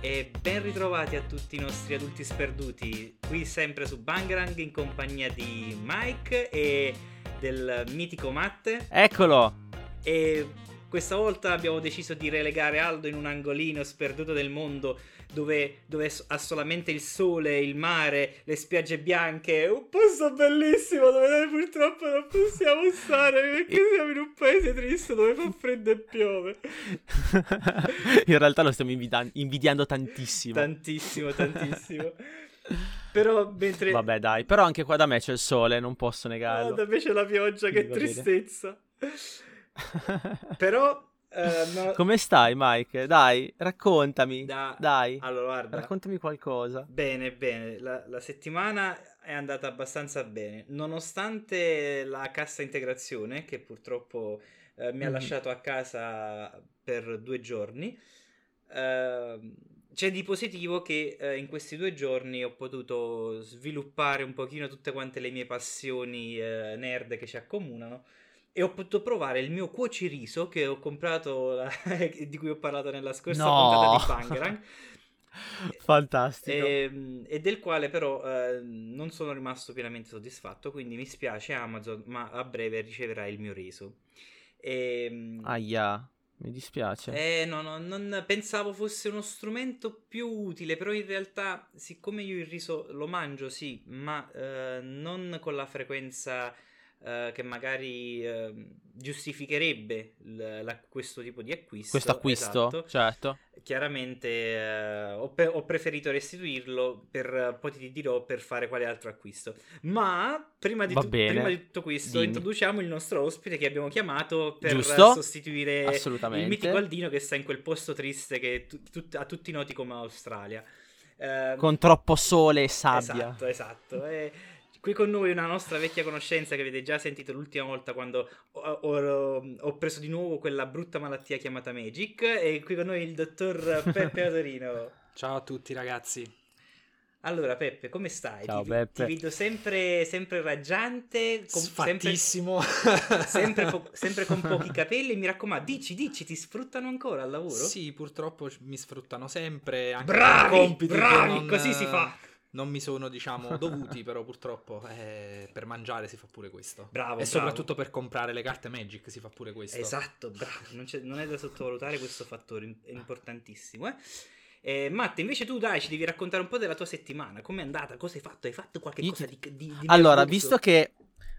E ben ritrovati a tutti i nostri adulti sperduti, qui sempre su Bangarang in compagnia di Mike e del mitico Matte. Eccolo! E questa volta abbiamo deciso di relegare Aldo in un angolino sperduto del mondo dove ha solamente il sole, il mare, le spiagge bianche, un posto bellissimo dove noi purtroppo non possiamo stare perché siamo in un paese triste dove fa freddo e piove. In realtà lo stiamo invidiando tantissimo. Tantissimo. Però mentre... Vabbè dai, però anche qua da me c'è il sole, non posso negarlo. Da me c'è la pioggia, che tristezza. Però... no... Come stai, Mike? Dai, raccontami. Dai. Allora, guarda, raccontami qualcosa. Bene. La settimana è andata abbastanza bene, nonostante la cassa integrazione che purtroppo mi ha lasciato a casa per 2 giorni. C'è di positivo che in questi 2 giorni ho potuto sviluppare un pochino tutte quante le mie passioni nerd che ci accomunano. E ho potuto provare il mio cuociriso che ho comprato, di cui ho parlato nella scorsa puntata di Bangarang. Fantastico. E del quale però non sono rimasto pienamente soddisfatto, quindi mi spiace Amazon, ma a breve riceverai il mio riso. Ahia, mi dispiace. No, non pensavo fosse uno strumento più utile, però in realtà, siccome io il riso lo mangio, sì, ma non con la frequenza... che magari giustificherebbe questo tipo di acquisto. Questo acquisto, esatto. Certo. Chiaramente ho preferito restituirlo poi ti dirò per fare quale altro acquisto. Ma prima di tutto questo, introduciamo il nostro ospite che abbiamo chiamato per sostituire il mitico Aldino che sta in quel posto triste che a tutti noti come Australia. Con troppo sole e sabbia. Esatto. Qui con noi una nostra vecchia conoscenza che avete già sentito l'ultima volta quando ho preso di nuovo quella brutta malattia chiamata Magic, e qui con noi il dottor Peppe Adorino. Ciao a tutti ragazzi. Allora Peppe, come stai? Ciao, ti Peppe. vedo sempre raggiante, sfattissimo, sempre con pochi capelli. Mi raccomando, dici, ti sfruttano ancora al lavoro? Sì, purtroppo mi sfruttano sempre, anche bravi, così si fa. Non mi sono, dovuti, però purtroppo per mangiare si fa pure questo. Bravo. Soprattutto per comprare le carte Magic si fa pure questo. Esatto, bravo. Non è da sottovalutare questo fattore, è importantissimo, Matte, invece tu ci devi raccontare un po' della tua settimana. Com'è andata? Cosa hai fatto? Hai fatto qualche cosa di Allora, visto che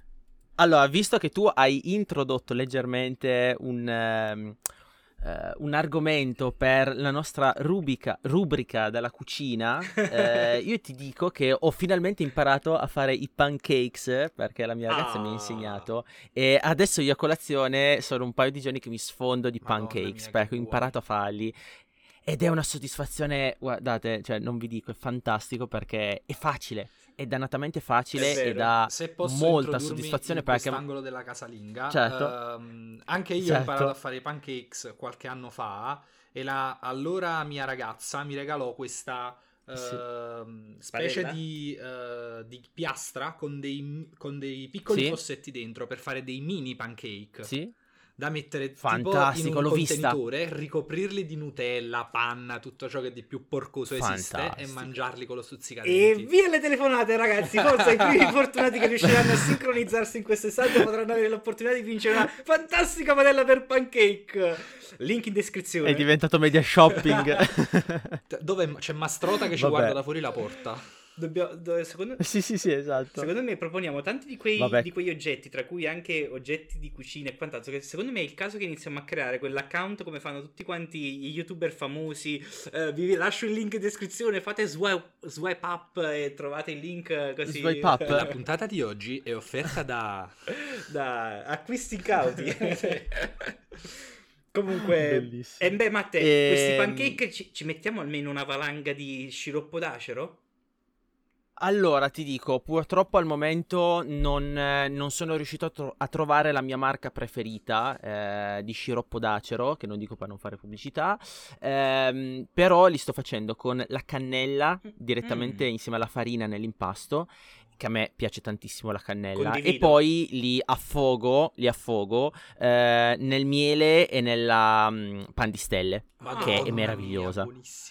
tu hai introdotto leggermente un argomento per la nostra rubrica della cucina, io ti dico che ho finalmente imparato a fare i pancakes perché la mia ragazza mi ha insegnato, e adesso io a colazione sono un paio di giorni che mi sfondo di pancakes perché ho imparato a farli. Ed è una soddisfazione, guardate, cioè non vi dico, è fantastico perché è facile, è dannatamente facile e dà molta soddisfazione perché... quest'angolo della casalinga, certo. Anche io ho imparato a fare i pancakes qualche anno fa e allora mia ragazza mi regalò questa specie di piastra con dei piccoli fossetti dentro per fare dei mini pancake. Sì. Da mettere fantastico, tipo in un contenitore, ricoprirli di Nutella, panna, tutto ciò che di più porcoso esiste e mangiarli con lo stuzzicadenti. E via le telefonate ragazzi, forse i primi fortunati che riusciranno a sincronizzarsi in questo istante potranno avere l'opportunità di vincere una fantastica padella per pancake. Link in descrizione. È diventato media shopping. Dove c'è Mastrota che ci guarda da fuori la porta. Sì, esatto. Secondo me proponiamo tanti di quegli oggetti, tra cui anche oggetti di cucina e quant'altro, che secondo me è il caso che iniziamo a creare quell'account come fanno tutti quanti gli youtuber famosi. Vi lascio il link in descrizione, fate swipe up e trovate il link così. Swipe up. La puntata di oggi è offerta da acquisti incauti. Comunque, Matte, questi pancake ci mettiamo almeno una valanga di sciroppo d'acero? Allora, ti dico, purtroppo al momento non sono riuscito a trovare la mia marca preferita di sciroppo d'acero, che non dico per non fare pubblicità, però li sto facendo con la cannella direttamente insieme alla farina nell'impasto, che a me piace tantissimo la cannella. Condivido. E poi li affogo nel miele e nella pan di stelle, che è meravigliosa.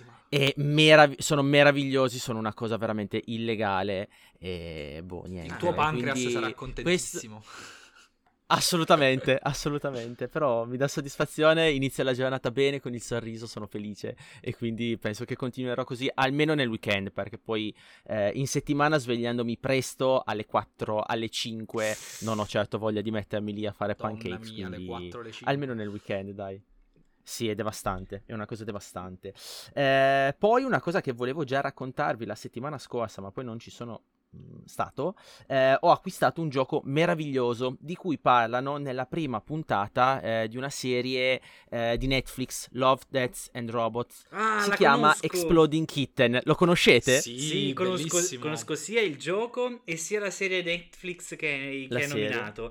Sono meravigliosi, sono una cosa veramente illegale. E niente. Il tuo pancreas sarà contentissimo. Assolutamente, però mi dà soddisfazione, inizio la giornata bene con il sorriso, sono felice e quindi penso che continuerò così almeno nel weekend, perché poi in settimana svegliandomi presto alle 4, alle 5 non ho certo voglia di mettermi lì a fare pancakes, mia, quindi alle 4, alle 5. almeno nel weekend, dai. Sì, è devastante, è una cosa devastante. Poi una cosa che volevo già raccontarvi la settimana scorsa, ma poi non ci sono stato, ho acquistato un gioco meraviglioso di cui parlano nella prima puntata di una serie di Netflix, Love, Death and Robots. Si chiama conosco. Exploding Kitten. Lo conoscete? Sì, conosco sia il gioco e sia la serie Netflix che hai nominato.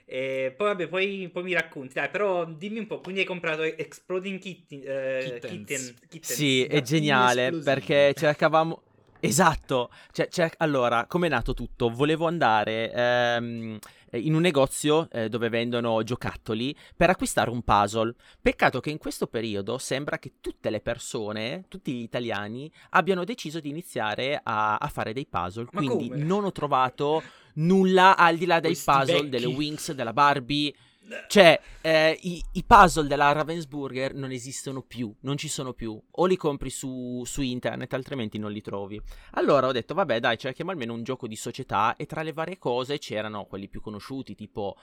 Poi mi racconti, dai, però dimmi un po', quindi hai comprato Exploding Kitten. Sì, è geniale perché cercavamo. Esatto, allora, com'è nato tutto? Volevo andare in un negozio dove vendono giocattoli per acquistare un puzzle. Peccato che in questo periodo sembra che tutte le persone, tutti gli italiani, abbiano deciso di iniziare a fare dei puzzle. Ma quindi come? non ho trovato nulla al di là dei Questi puzzle, vecchi. delle Winx, della Barbie. Cioè, i puzzle della Ravensburger non esistono più, non ci sono più. O li compri su internet, altrimenti non li trovi. Allora ho detto, vabbè, dai, cerchiamo almeno un gioco di società. E tra le varie cose c'erano quelli più conosciuti, tipo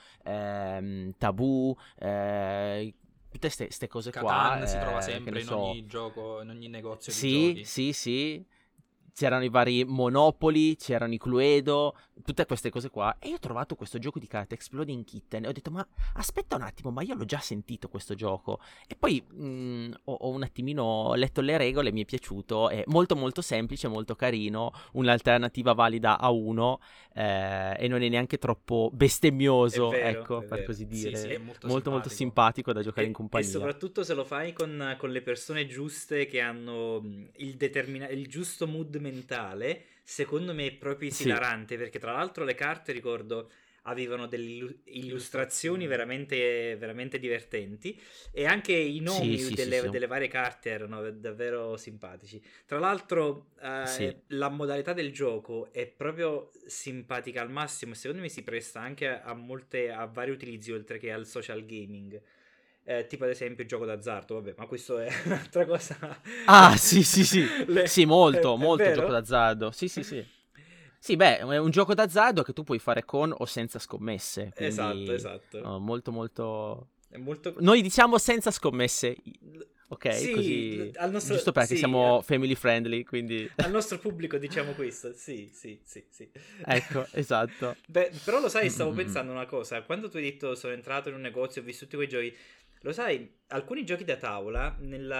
Tabù, tutte ste cose qua. Catan si trova sempre in ogni gioco, in ogni negozio di giochi. Sì. C'erano i vari Monopoli, c'erano i Cluedo, tutte queste cose qua. E io ho trovato questo gioco di carte, Exploding Kitten, e ho detto, ma aspetta un attimo, ma io l'ho già sentito questo gioco. E poi ho un attimino letto le regole, mi è piaciuto, è molto molto semplice, molto carino, un'alternativa valida a uno, e non è neanche troppo bestemmioso, vero, per così dire. Sì, è molto simpatico da giocare in compagnia. E soprattutto se lo fai con le persone giuste che hanno il giusto mood mentale, secondo me è proprio esilarante, perché tra l'altro le carte, ricordo, avevano delle illustrazioni veramente, veramente divertenti, e anche i nomi delle varie carte erano davvero simpatici. Tra l'altro la modalità del gioco è proprio simpatica al massimo, secondo me si presta anche a vari utilizzi oltre che al social gaming. Tipo ad esempio il gioco d'azzardo, vabbè, ma questo è un'altra cosa. Sì. Sì, molto gioco d'azzardo. Sì. Sì, beh, è un gioco d'azzardo che tu puoi fare con o senza scommesse. Quindi, esatto. Molto. È molto... Noi diciamo senza scommesse. Ok, sì, così. Al nostro... Giusto perché siamo family friendly, quindi. Al nostro pubblico diciamo questo. Sì. Ecco, esatto. Beh, però lo sai, stavo pensando una cosa. Quando tu hai detto sono entrato in un negozio e ho visto tutti quei giochi, lo sai, alcuni giochi da tavola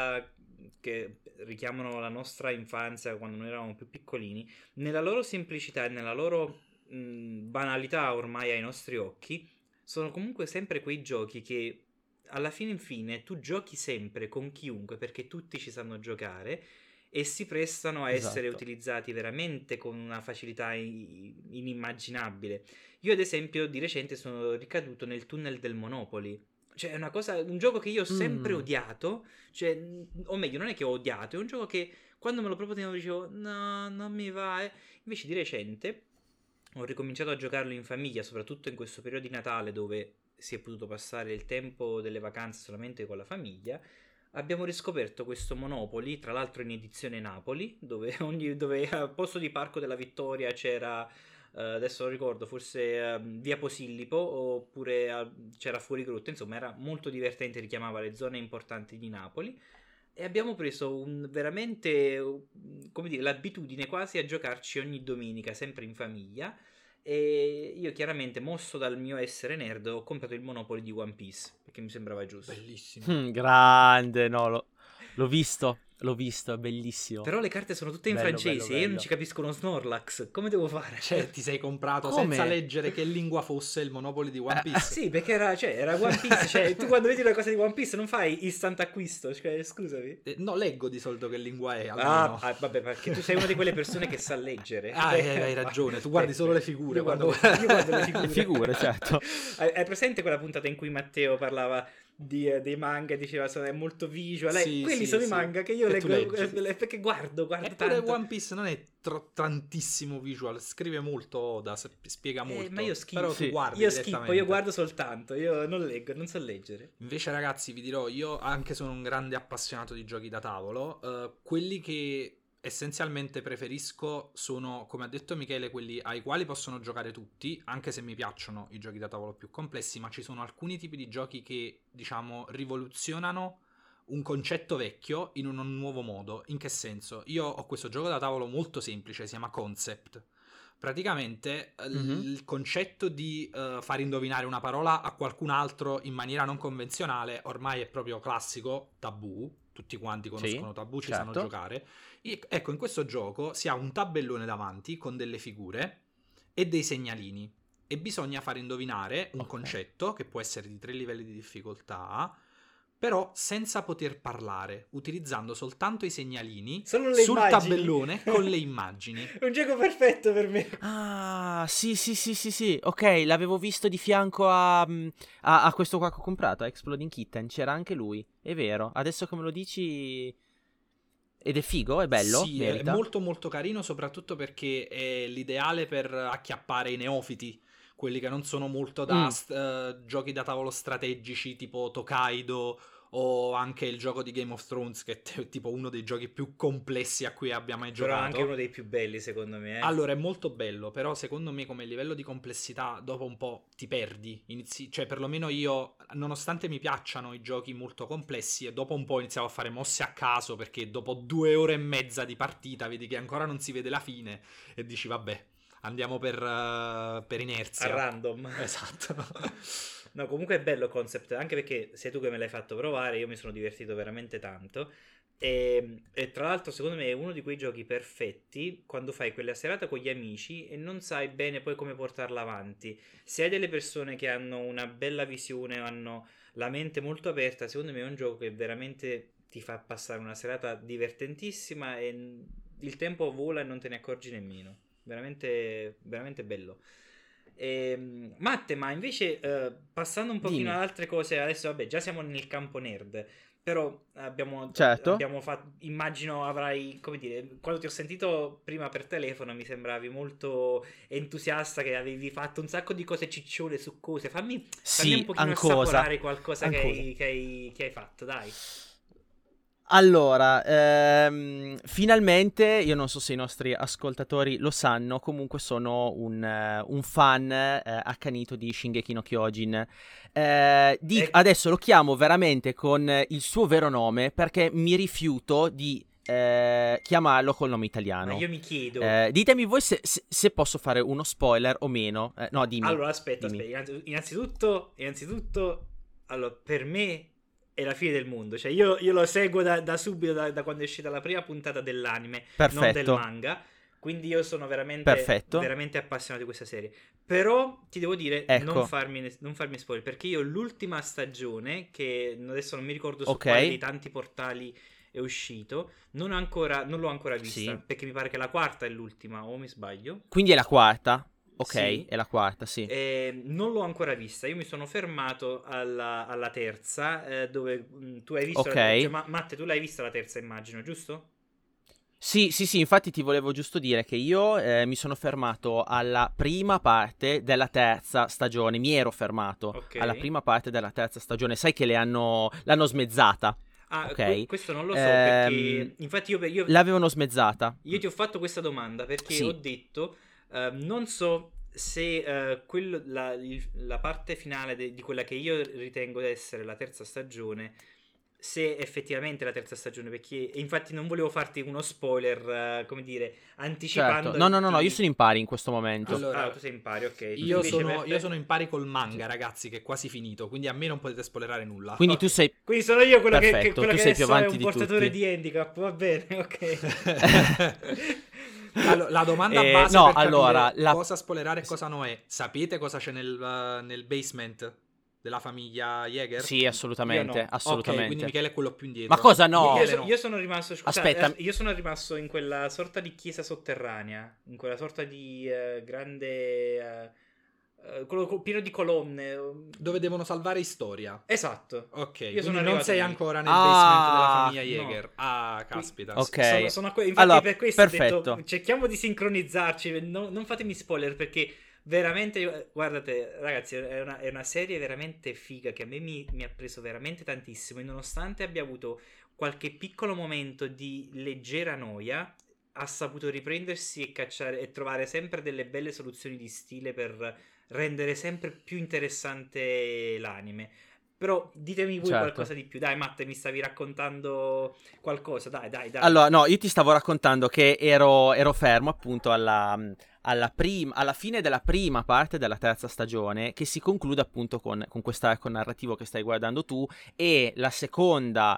che richiamano la nostra infanzia quando noi eravamo più piccolini, nella loro semplicità e nella loro banalità ormai ai nostri occhi, sono comunque sempre quei giochi che alla fine tu giochi sempre con chiunque, perché tutti ci sanno giocare e si prestano a essere utilizzati veramente con una facilità inimmaginabile. Io ad esempio di recente sono ricaduto nel tunnel del Monopoly. Cioè è un gioco che io ho sempre odiato, cioè, o meglio, non è che ho odiato, è un gioco che quando me lo proponevano dicevo no, non mi va. Invece di recente ho ricominciato a giocarlo in famiglia, soprattutto in questo periodo di Natale dove si è potuto passare il tempo delle vacanze solamente con la famiglia. Abbiamo riscoperto questo Monopoly, tra l'altro in edizione Napoli, dove al posto di Parco della Vittoria c'era... adesso lo ricordo, forse via Posillipo, oppure c'era Fuori Grotta, insomma era molto divertente, richiamava le zone importanti di Napoli, e abbiamo preso veramente, come dire, l'abitudine quasi a giocarci ogni domenica, sempre in famiglia. E io chiaramente, mosso dal mio essere nerd, ho comprato il Monopoly di One Piece perché mi sembrava giusto. Bellissimo. Grande, no, l'ho visto. l'ho visto, è bellissimo. Però le carte sono tutte in francese e io non ci capisco uno Snorlax. Come devo fare? Cioè, ti sei comprato senza leggere che lingua fosse il Monopoly di One Piece? Sì, perché era One Piece. Cioè, tu quando vedi una cosa di One Piece non fai instant acquisto. Cioè, scusami. No, leggo di solito che lingua è. Vabbè, perché tu sei una di quelle persone che sa leggere. Hai ragione, tu guardi solo le figure. Io guardo le figure. Le figure, certo. Hai presente quella puntata in cui Matteo parlava dei manga e diceva è molto visual? Quelli sono i manga che io leggo perché guardo tanto. One Piece non è tantissimo visual, scrive molto Oda, spiega molto. Ma io schifo. Però tu guardi io guardo soltanto, io non leggo, non so leggere. Invece ragazzi, vi dirò, io anche sono un grande appassionato di giochi da tavolo. Quelli che essenzialmente preferisco sono, come ha detto Michele, quelli ai quali possono giocare tutti, anche se mi piacciono i giochi da tavolo più complessi, ma ci sono alcuni tipi di giochi che, diciamo, rivoluzionano un concetto vecchio in un nuovo modo. In che senso? Io ho questo gioco da tavolo molto semplice, si chiama Concept. Praticamente il concetto di far indovinare una parola a qualcun altro in maniera non convenzionale ormai è proprio classico, tabù. Tutti quanti conoscono Tabù, ci sanno giocare. Ecco, in questo gioco si ha un tabellone davanti con delle figure e dei segnalini e bisogna far indovinare un concetto che può essere di 3 livelli di difficoltà, però senza poter parlare, utilizzando soltanto i segnalini sul immagini. Tabellone con le immagini. È un gioco perfetto per me. Ah, sì. Ok, l'avevo visto di fianco a questo qua che ho comprato, a Exploding Kitten. C'era anche lui, è vero. Adesso che me lo dici... Ed è figo, è bello, sì, merita. È molto molto carino, soprattutto perché è l'ideale per acchiappare i neofiti, quelli che non sono molto da giochi da tavolo strategici tipo Tokaido o anche il gioco di Game of Thrones, che è tipo uno dei giochi più complessi a cui abbia mai giocato. Però anche uno dei più belli secondo me. Allora è molto bello, però secondo me come livello di complessità dopo un po' ti perdi. Cioè perlomeno io, nonostante mi piacciono i giochi molto complessi, e dopo un po' iniziavo a fare mosse a caso, perché dopo 2 ore e mezza di partita vedi che ancora non si vede la fine e dici vabbè, andiamo per inerzia. A random. Esatto. No, comunque è bello Concept, anche perché sei tu che me l'hai fatto provare, io mi sono divertito veramente tanto. E tra l'altro secondo me è uno di quei giochi perfetti quando fai quella serata con gli amici e non sai bene poi come portarla avanti. Se hai delle persone che hanno una bella visione o hanno la mente molto aperta, secondo me è un gioco che veramente ti fa passare una serata divertentissima e il tempo vola e non te ne accorgi nemmeno. Veramente, veramente bello. Matte, ma invece passando un pochino ad altre cose, adesso vabbè, già siamo nel campo nerd, però abbiamo fatto, immagino avrai, come dire, quando ti ho sentito prima per telefono mi sembravi molto entusiasta, che avevi fatto un sacco di cose ciccione su cose. Fammi un pochino assaporare qualcosa che hai fatto, dai. Allora, finalmente, io non so se i nostri ascoltatori lo sanno, comunque sono un fan accanito di Shingeki no Kyojin. Adesso lo chiamo veramente con il suo vero nome perché mi rifiuto di chiamarlo col nome italiano. Ma io mi chiedo, ditemi voi se posso fare uno spoiler o meno. No, dimmi. Allora, aspetta. Innanzitutto, allora, per me è la fine del mondo, cioè io lo seguo da subito, da quando è uscita la prima puntata dell'anime, non del manga, quindi io sono veramente appassionato di questa serie. Però ti devo dire, non farmi spoiler, perché io l'ultima stagione, che adesso non mi ricordo su quale dei tanti portali è uscito, non l'ho ancora vista, perché mi pare che la quarta è l'ultima, o mi sbaglio? Quindi è la quarta? Ok, sì. È la quarta, sì. Non l'ho ancora vista. Io mi sono fermato alla terza, dove tu hai visto Matte, tu l'hai vista la terza, immagino, giusto? Sì, infatti ti volevo giusto dire che io mi sono fermato alla prima parte della terza stagione. Mi ero fermato alla prima parte della terza stagione. Sai che l'hanno smezzata. Ah, questo non lo so, perché infatti io l'avevano smezzata. Io ti ho fatto questa domanda perché ho detto... non so se la parte finale di quella che io ritengo essere la terza stagione se effettivamente la terza stagione, perché infatti non volevo farti uno spoiler, come dire, anticipando. Certo. No, io sono in pari in questo momento. Allora, tu sei in pari, ok. Io sono in pari col manga, ragazzi, che è quasi finito, quindi a me non potete spoilerare nulla. Quindi tu sei... Quindi sono io quello Perfetto, quello tu che sei più adesso è avanti un di portatore tutti. di handicap, va bene, ok. Allora, la domanda base per allora, capire cosa spoilerare e cosa no è: sapete cosa c'è nel basement della famiglia Jäger? Sì, assolutamente, assolutamente. Ok, quindi Michele è quello più indietro. Ma cosa no? Io sono rimasto, scusa, aspetta, io sono rimasto in quella sorta di chiesa sotterranea, in quella sorta di grande quello pieno di colonne dove devono salvare Historia. Esatto. Ok, io quindi sono non sei lì. ancora nel basement della famiglia Jäger. No. Ah, caspita. Ok. Infatti allora, per questo perfetto. ho detto cerchiamo di sincronizzarci, non fatemi spoiler perché veramente, guardate ragazzi, è una serie veramente figa che a me mi ha preso veramente tantissimo e nonostante abbia avuto qualche piccolo momento di leggera noia ha saputo riprendersi e cacciare e trovare sempre delle belle soluzioni di stile per rendere sempre più interessante l'anime. Però ditemi voi qualcosa di più. Dai, Matte, mi stavi raccontando qualcosa. Dai. Allora, no, io ti stavo raccontando che ero fermo appunto alla fine della prima parte della terza stagione, che si conclude appunto con questo arco narrativo che stai guardando tu, e la seconda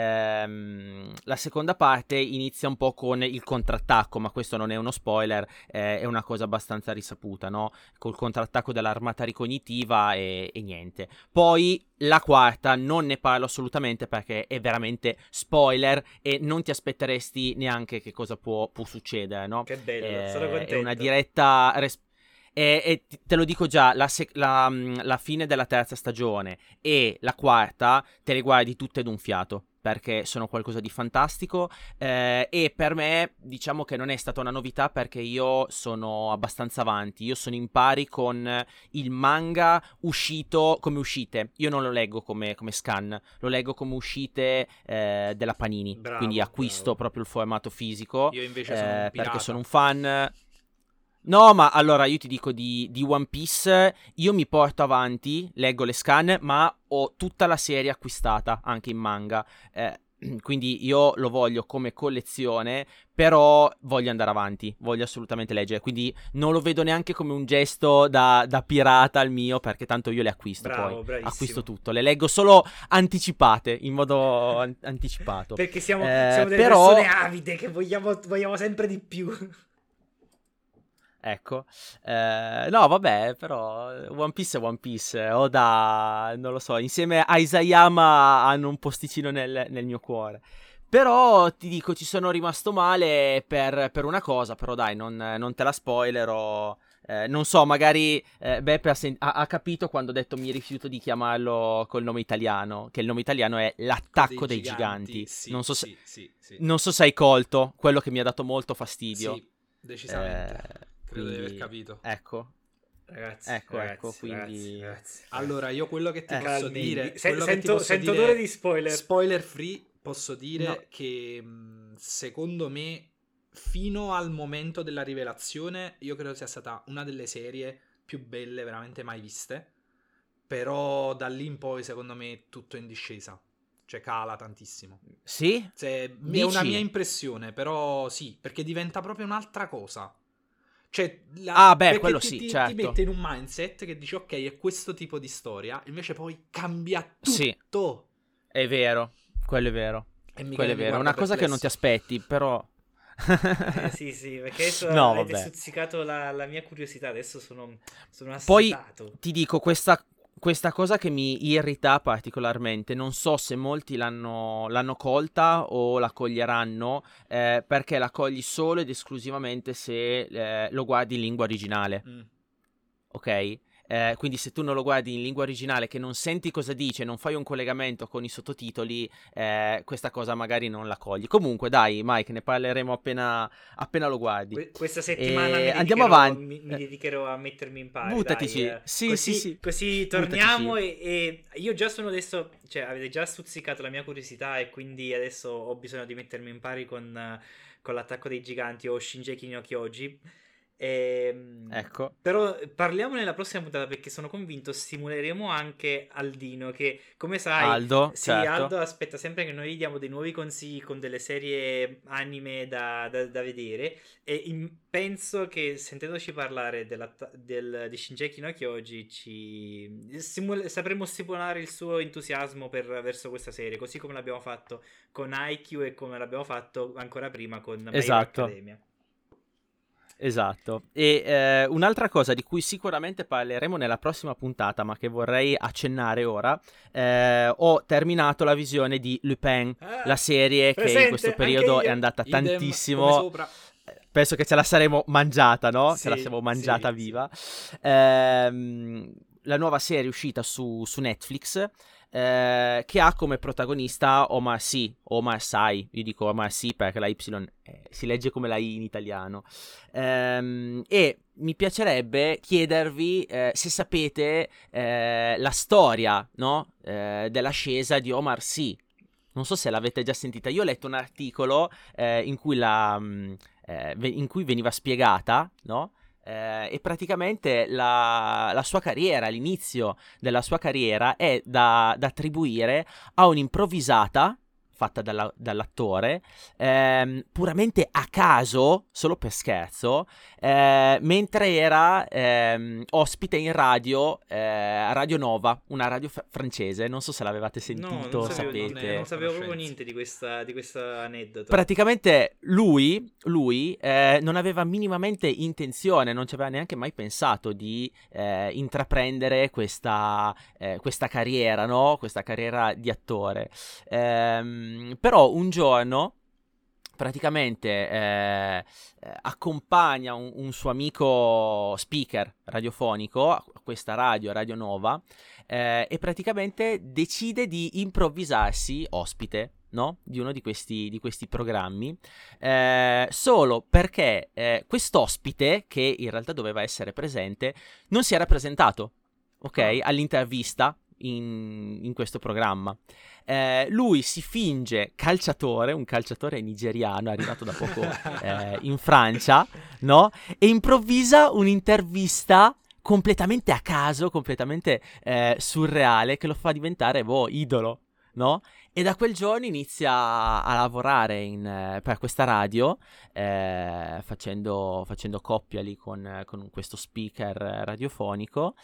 parte inizia un po' con il contrattacco, ma questo non è uno spoiler, è una cosa abbastanza risaputa, no? Col contrattacco dell'armata ricognitiva e niente. Poi la quarta non ne parlo assolutamente perché è veramente spoiler e non ti aspetteresti neanche che cosa può succedere, no? Che bello, sono contento. È una diretta... e te lo dico già, la fine della terza stagione e la quarta te le guardi tutte d'un fiato, perché sono qualcosa di fantastico, e per me diciamo che non è stata una novità perché io sono abbastanza avanti, io sono in pari con il manga uscito come uscite, io non lo leggo come scan, lo leggo come uscite della Panini, quindi acquisto proprio il formato fisico. Io invece sono un pirata. Perché sono un fan. No, ma allora io ti dico di One Piece, io mi porto avanti, leggo le scan, ma ho tutta la serie acquistata anche in manga, quindi io lo voglio come collezione, però voglio andare avanti, voglio assolutamente leggere, quindi non lo vedo neanche come un gesto da pirata al mio, perché tanto io le acquisto. Bravo, poi bravissimo. Acquisto tutto, le leggo solo anticipate, in modo anticipato. Perché siamo delle persone avide che vogliamo sempre di più. Ecco, no vabbè, però One Piece è One Piece, Oda, non lo so, insieme a Isayama hanno un posticino nel mio cuore. Però ti dico, ci sono rimasto male per una cosa, però dai, non te la spoilerò. Non so, magari Beppe ha capito quando ho detto mi rifiuto di chiamarlo col nome italiano, che il nome italiano è L'attacco dei giganti. Sì, non so sì. se hai colto, quello che mi ha dato molto fastidio. Sì, decisamente. Credo di aver capito. Ecco. Ragazzi, quindi... ragazzi. Allora, io quello che ti posso dire... Sento odore di spoiler. Spoiler free, posso dire che secondo me, fino al momento della rivelazione, io credo sia stata una delle serie più belle veramente mai viste. Però da lì in poi, secondo me, tutto è in discesa. Cioè cala tantissimo. Sì? È una mia impressione, però sì, perché diventa proprio un'altra cosa. Cioè, quello sì, certo. Ti mette in un mindset che dici ok, è questo tipo di storia, invece poi cambia tutto. Sì, è vero, quello è vero. Quello è vero, è una cosa che non ti aspetti, però... sì, perché adesso avete stuzzicato la mia curiosità, adesso sono assetato. Poi ti dico, questa cosa che mi irrita particolarmente, non so se molti l'hanno colta o la coglieranno, perché la cogli solo ed esclusivamente se lo guardi in lingua originale. Ok? Quindi se tu non lo guardi in lingua originale, che non senti cosa dice, non fai un collegamento con i sottotitoli, questa cosa magari non la cogli. Comunque dai, Mike, ne parleremo appena lo guardi. Questa settimana andiamo avanti. Mi dedicherò a mettermi in pari. Buttatici. Sì. Così torniamo e io già sono adesso, cioè avete già stuzzicato la mia curiosità e quindi adesso ho bisogno di mettermi in pari con l'attacco dei giganti o Shingeki no Kyoji. Ecco. Però parliamo nella prossima puntata, perché sono convinto stimoleremo anche Aldino, che come sai Aldo, sì, certo. Aldo aspetta sempre che noi gli diamo dei nuovi consigli con delle serie anime da vedere, e penso che sentendoci parlare di Shingeki no Kyoji sapremo stimolare il suo entusiasmo verso questa serie, così come l'abbiamo fatto con Haikyuu e come l'abbiamo fatto ancora prima con My Hero Academia. Esatto. E un'altra cosa di cui sicuramente parleremo nella prossima puntata, ma che vorrei accennare ora, ho terminato la visione di Lupin, la serie che in questo periodo è andata tantissimo. Penso che ce la saremo mangiata, no? Sì, ce la siamo mangiata sì, viva. Sì. La nuova serie uscita su Netflix, che ha come protagonista Omar Sy, io dico Omar Sy perché la Y si legge come la I in italiano, e mi piacerebbe chiedervi se sapete la storia, no? Dell'ascesa di Omar Sy. Non so se l'avete già sentita. Io ho letto un articolo in cui veniva spiegata, no? E praticamente la sua carriera, l'inizio della sua carriera è da attribuire a un'improvvisata fatta dall'attore, puramente a caso, solo per scherzo, mentre era ospite in radio, Radio Nova, una radio francese. Non so se l'avevate sentito, sapete. Non sapevo proprio niente di questa aneddoto. Praticamente lui non aveva minimamente intenzione, non ci aveva neanche mai pensato di intraprendere questa carriera, no? Questa carriera di attore. Però un giorno praticamente accompagna un suo amico speaker radiofonico a questa Radio Nova, e praticamente decide di improvvisarsi ospite, no? Di uno di questi programmi, solo perché quest'ospite, che in realtà doveva essere presente, non si era presentato, ok? All'intervista in questo programma. Lui si finge calciatore, un calciatore nigeriano arrivato da poco in Francia, no? E improvvisa un'intervista completamente a caso, completamente surreale, che lo fa diventare idolo, no? E da quel giorno inizia a lavorare per questa radio, facendo coppia lì con questo speaker radiofonico.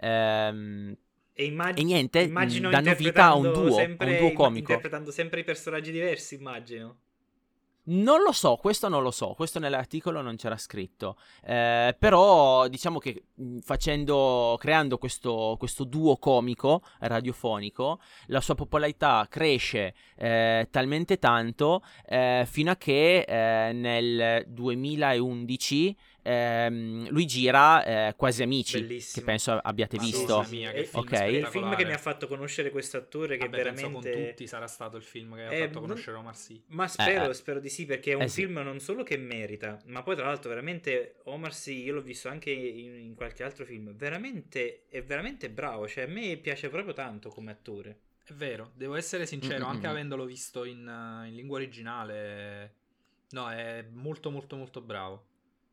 E niente, danno vita a un duo comico. Interpretando sempre i personaggi diversi, immagino. Non lo so, questo nell'articolo non c'era scritto, però diciamo che creando questo duo comico radiofonico, la sua popolarità cresce talmente tanto fino a che nel 2011 lui gira Quasi Amici. Bellissimo. Che penso abbiate visto. Mia, che film il film che mi ha fatto conoscere questo attore, che veramente con tutti sarà stato il film che ha fatto conoscere Omar Sy. Ma spero di sì, perché è un film non solo che merita, ma poi tra l'altro veramente Omar Sy, io l'ho visto anche in qualche altro film, è veramente bravo, cioè a me piace proprio tanto come attore. È vero, devo essere sincero, anche avendolo visto in lingua originale, no, è molto molto molto bravo.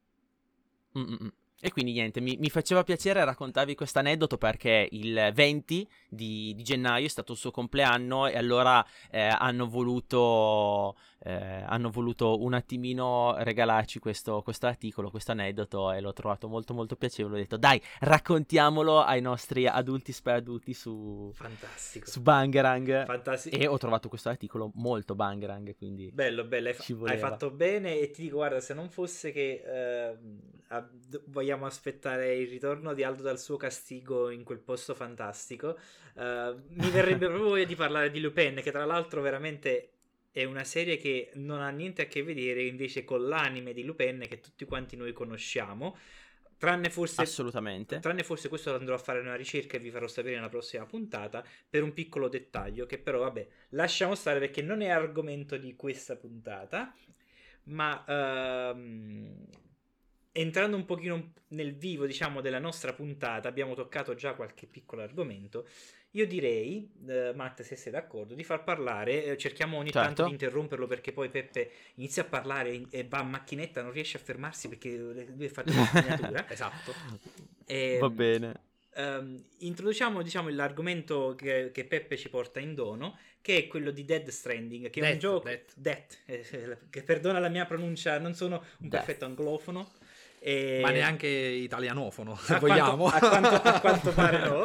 E quindi niente, mi faceva piacere raccontarvi questo aneddoto, perché il 20 di gennaio è stato il suo compleanno, e allora hanno voluto un attimino regalarci questo articolo, questo aneddoto, e l'ho trovato molto molto piacevole. Ho detto dai, raccontiamolo ai nostri adulti sperduti su Bangarang. Fantastico. E ho trovato questo articolo molto Bangarang, quindi bello, hai fatto bene. E ti dico, guarda, se non fosse che vogliamo aspettare il ritorno di Aldo dal suo castigo in quel posto fantastico, mi verrebbe proprio voglia di parlare di Lupin, che tra l'altro veramente è una serie che non ha niente a che vedere invece con l'anime di Lupin che tutti quanti noi conosciamo, tranne forse questo andrò a fare una ricerca e vi farò sapere nella prossima puntata, per un piccolo dettaglio che però vabbè lasciamo stare, perché non è argomento di questa puntata. Ma entrando un pochino nel vivo, diciamo, della nostra puntata, abbiamo toccato già qualche piccolo argomento. io direi, Matt, se sei d'accordo, di far parlare, cerchiamo ogni Certo. tanto di interromperlo perché poi Peppe inizia a parlare e va a macchinetta, non riesce a fermarsi perché lui è fatto di spugnatura. Esatto. Va bene. Introduciamo, diciamo, l'argomento che Peppe ci porta in dono, che è quello di Death Stranding, che è un gioco... che perdona la mia pronuncia, non sono un perfetto anglofono. Ma neanche italianofono, se vogliamo. A quanto pare no.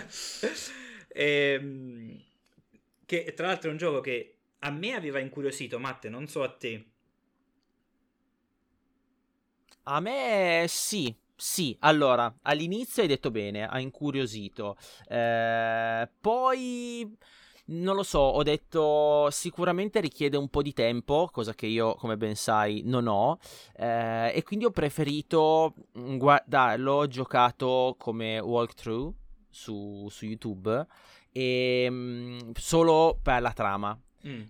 Che tra l'altro è un gioco che a me aveva incuriosito, Matte, non so a te. A me sì, allora, all'inizio hai detto bene, ha incuriosito, poi non lo so, ho detto sicuramente richiede un po' di tempo, cosa che io, come ben sai, non ho, e quindi ho preferito guardarlo giocato come walkthrough su YouTube, e solo per la trama.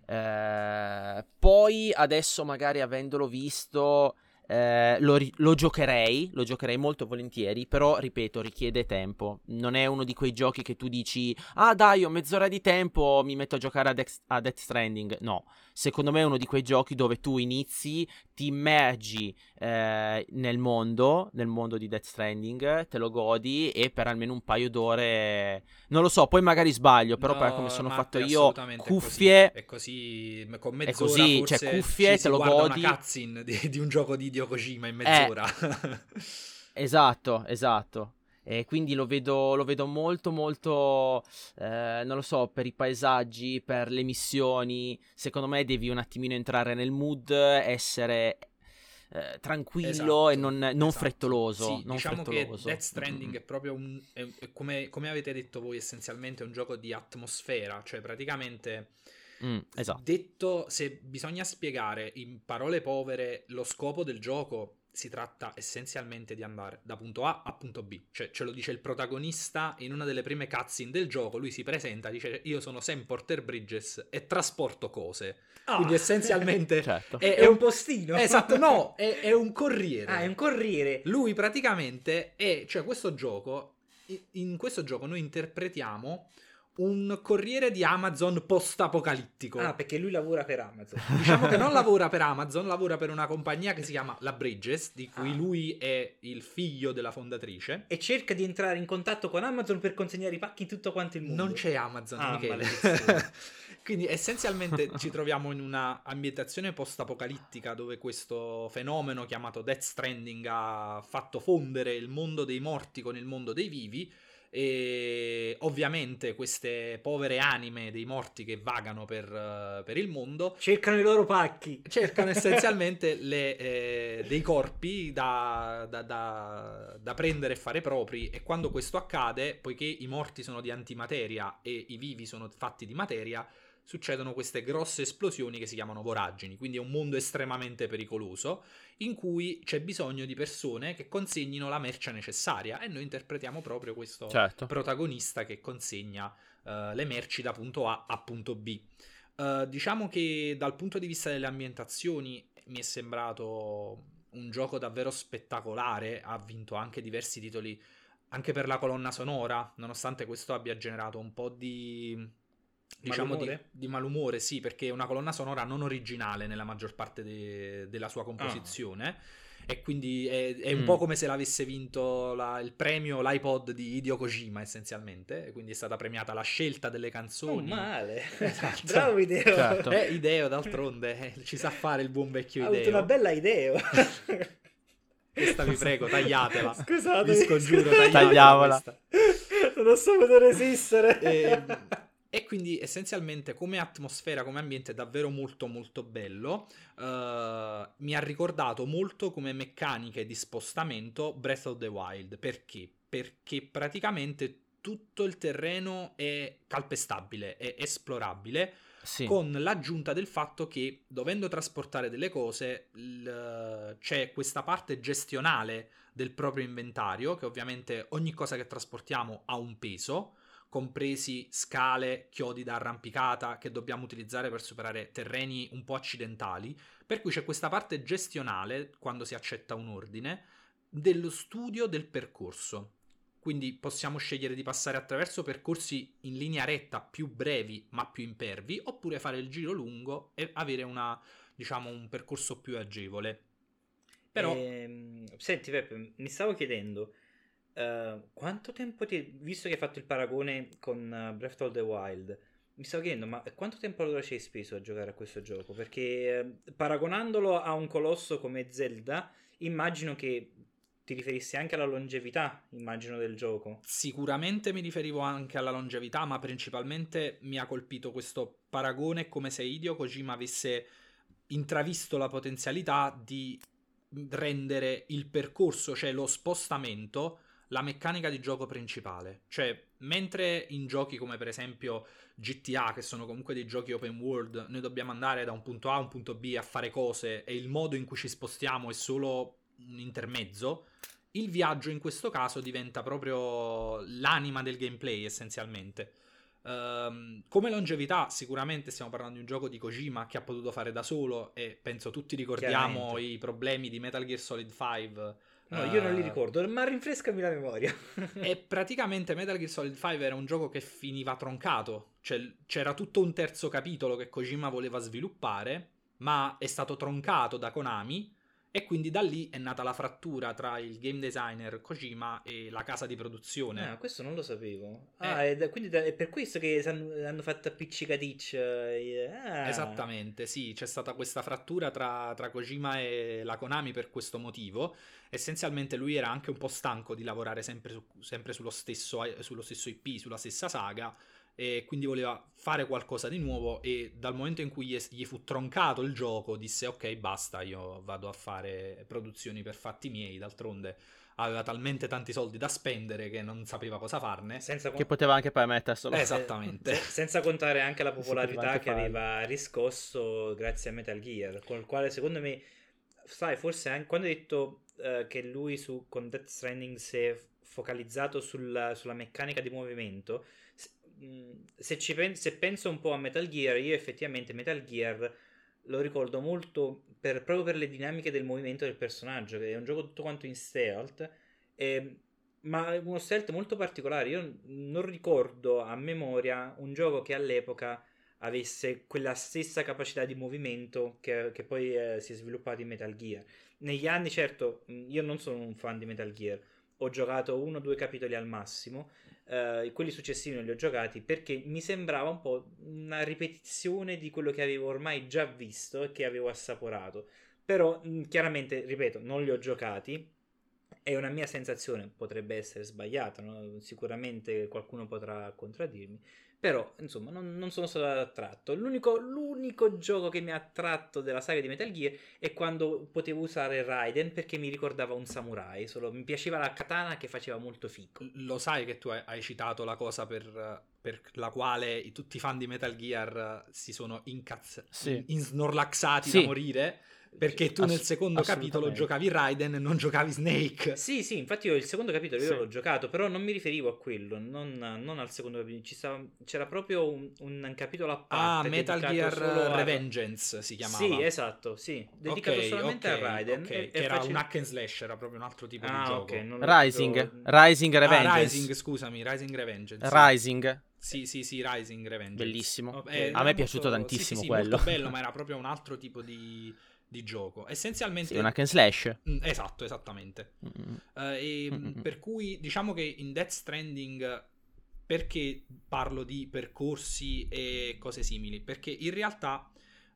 Poi adesso magari avendolo visto... lo giocherei molto volentieri, però ripeto, richiede tempo. Non è uno di quei giochi che tu dici ah dai, ho mezz'ora di tempo, mi metto a giocare a Death Stranding. No, secondo me è uno di quei giochi dove tu inizi, ti immergi nel mondo di Death Stranding, te lo godi e per almeno un paio d'ore, non lo so, poi magari sbaglio, però per come sono fatto io, cuffie è così, con mezz'ora è così, forse cioè cuffie te lo godi, una cutscene di un gioco di Hideo Kojima in mezz'ora. Esatto. E quindi lo vedo molto molto, non lo so, per i paesaggi, per le missioni. Secondo me devi un attimino entrare nel mood, essere tranquillo, esatto, e non frettoloso. Sì, non diciamo frettoloso. Che Death Stranding è proprio come avete detto voi, essenzialmente è un gioco di atmosfera, cioè praticamente... esatto. Detto, se bisogna spiegare in parole povere lo scopo del gioco, si tratta essenzialmente di andare da punto A a punto B, cioè ce lo dice il protagonista in una delle prime cutscene del gioco. Lui si presenta, dice io sono Sam Porter Bridges e trasporto cose. Quindi essenzialmente certo. è un postino. Esatto, no, è un corriere. È un corriere. Lui praticamente cioè questo gioco, in questo gioco noi interpretiamo un corriere di Amazon post-apocalittico. Ah, perché lui lavora per Amazon. Diciamo che non lavora per Amazon, lavora per una compagnia che si chiama La Bridges, di cui lui è il figlio della fondatrice. E cerca di entrare in contatto con Amazon per consegnare i pacchi in tutto quanto il mondo. Non c'è Amazon, Michele. Quindi essenzialmente ci troviamo in una ambientazione post-apocalittica dove questo fenomeno chiamato Death Stranding ha fatto fondere il mondo dei morti con il mondo dei vivi. E ovviamente queste povere anime dei morti che vagano per il mondo cercano i loro pacchi, cercano essenzialmente dei corpi da prendere e fare propri, e quando questo accade, poiché i morti sono di antimateria e i vivi sono fatti di materia, succedono queste grosse esplosioni che si chiamano voragini. Quindi è un mondo estremamente pericoloso in cui c'è bisogno di persone che consegnino la merce necessaria, e noi interpretiamo proprio questo protagonista che consegna le merci da punto A a punto B. Diciamo che dal punto di vista delle ambientazioni mi è sembrato un gioco davvero spettacolare. Ha vinto anche diversi titoli anche per la colonna sonora, nonostante questo abbia generato un po' di malumore, sì, perché è una colonna sonora non originale nella maggior parte della sua composizione, e quindi è un po' come se l'avesse vinto il premio l'iPod di Hideo Kojima essenzialmente, e quindi è stata premiata la scelta delle canzoni. Non male. Esatto. Bravo Hideo. Certo. Hideo d'altronde ci sa fare il buon vecchio Hideo. Ha avuto una bella idea. Questa vi prego, tagliatela. Scusate, vi scongiuro, tagliamola. Non so poter resistere. E quindi essenzialmente come atmosfera, come ambiente è davvero molto molto bello. Mi ha ricordato molto come meccaniche di spostamento Breath of the Wild. Perché? Perché praticamente tutto il terreno è calpestabile, è esplorabile, sì, con l'aggiunta del fatto che dovendo trasportare delle cose c'è questa parte gestionale del proprio inventario, che ovviamente ogni cosa che trasportiamo ha un peso, compresi scale, chiodi da arrampicata che dobbiamo utilizzare per superare terreni un po' accidentali, per cui c'è questa parte gestionale, quando si accetta un ordine, dello studio del percorso. quindi possiamo scegliere di passare attraverso percorsi in linea retta più brevi ma più impervi, oppure fare il giro lungo e avere un percorso più agevole. Però senti Peppe, mi stavo chiedendo quanto tempo visto che hai fatto il paragone con Breath of the Wild, mi stavo chiedendo, ma quanto tempo allora ci hai speso a giocare a questo gioco? Perché paragonandolo a un colosso come Zelda, immagino che ti riferissi anche alla longevità, immagino, del gioco. Sicuramente mi riferivo anche alla longevità, ma principalmente mi ha colpito questo paragone come se Hideo Kojima avesse intravisto la potenzialità di rendere il percorso, cioè lo spostamento, la meccanica di gioco principale. Cioè, mentre in giochi come per esempio GTA, che sono comunque dei giochi open world, noi dobbiamo andare da un punto A a un punto B a fare cose e il modo in cui ci spostiamo è solo un intermezzo, il viaggio in questo caso diventa proprio l'anima del gameplay essenzialmente. Come longevità sicuramente stiamo parlando di un gioco di Kojima che ha potuto fare da solo, e penso tutti ricordiamo i problemi di Metal Gear Solid 5. No, io non li ricordo, ma rinfrescami la memoria. E praticamente Metal Gear Solid 5 era un gioco che finiva troncato, cioè c'era tutto un terzo capitolo che Kojima voleva sviluppare, ma è stato troncato da Konami. E quindi da lì è nata la frattura tra il game designer Kojima e la casa di produzione. Ah, questo non lo sapevo. Quindi è per questo che hanno fatto appiccicaticcio. Esattamente, sì, c'è stata questa frattura tra Kojima e la Konami per questo motivo. Essenzialmente lui era anche un po' stanco di lavorare sempre sullo stesso IP, sulla stessa saga, e quindi voleva fare qualcosa di nuovo, e dal momento in cui gli fu troncato il gioco disse ok, basta, io vado a fare produzioni per fatti miei. D'altronde aveva talmente tanti soldi da spendere che non sapeva cosa farne, che poteva anche permetterselo. Esattamente. Senza contare anche la popolarità che aveva riscosso grazie a Metal Gear, con il quale secondo me, sai, forse anche quando hai detto che lui con Death Stranding si è focalizzato sulla meccanica di movimento, se penso un po' a Metal Gear, io effettivamente Metal Gear lo ricordo molto proprio per le dinamiche del movimento del personaggio, che è un gioco tutto quanto in stealth, ma uno stealth molto particolare. Io non ricordo a memoria un gioco che all'epoca avesse quella stessa capacità di movimento che poi si è sviluppato in Metal Gear. Negli anni, certo, io non sono un fan di Metal Gear, ho giocato 1 o 2 capitoli al massimo. Quelli successivi non li ho giocati perché mi sembrava un po' una ripetizione di quello che avevo ormai già visto e che avevo assaporato. Però chiaramente, ripeto, non li ho giocati, è una mia sensazione, potrebbe essere sbagliata, no? Sicuramente qualcuno potrà contraddirmi, però insomma non sono stato attratto. L'unico gioco che mi ha attratto della saga di Metal Gear è quando potevo usare Raiden, perché mi ricordava un samurai, mi piaceva la katana che faceva molto figo. Lo sai che tu hai citato la cosa per la quale tutti i fan di Metal Gear si sono insnorlaxati da morire? Perché tu nel secondo capitolo giocavi Raiden e non giocavi Snake. Sì, infatti io il secondo capitolo io l'ho giocato, però non mi riferivo a quello, non al secondo capitolo. C'era proprio un capitolo a parte. Metal Gear Revengeance si chiamava. Sì, esatto, sì, dedicato solamente a Raiden. Che era un hack and slash, era proprio un altro tipo di gioco. Rising Revengeance. Rising, scusami, Rising Revengeance. Rising. Sì, Rising Revengeance. Bellissimo. A me è piaciuto tantissimo quello. Molto bello, ma era proprio un altro tipo di gioco. Essenzialmente un hack and slash. Esatto, esattamente. Per cui diciamo che in Death Stranding, perché parlo di percorsi e cose simili? Perché in realtà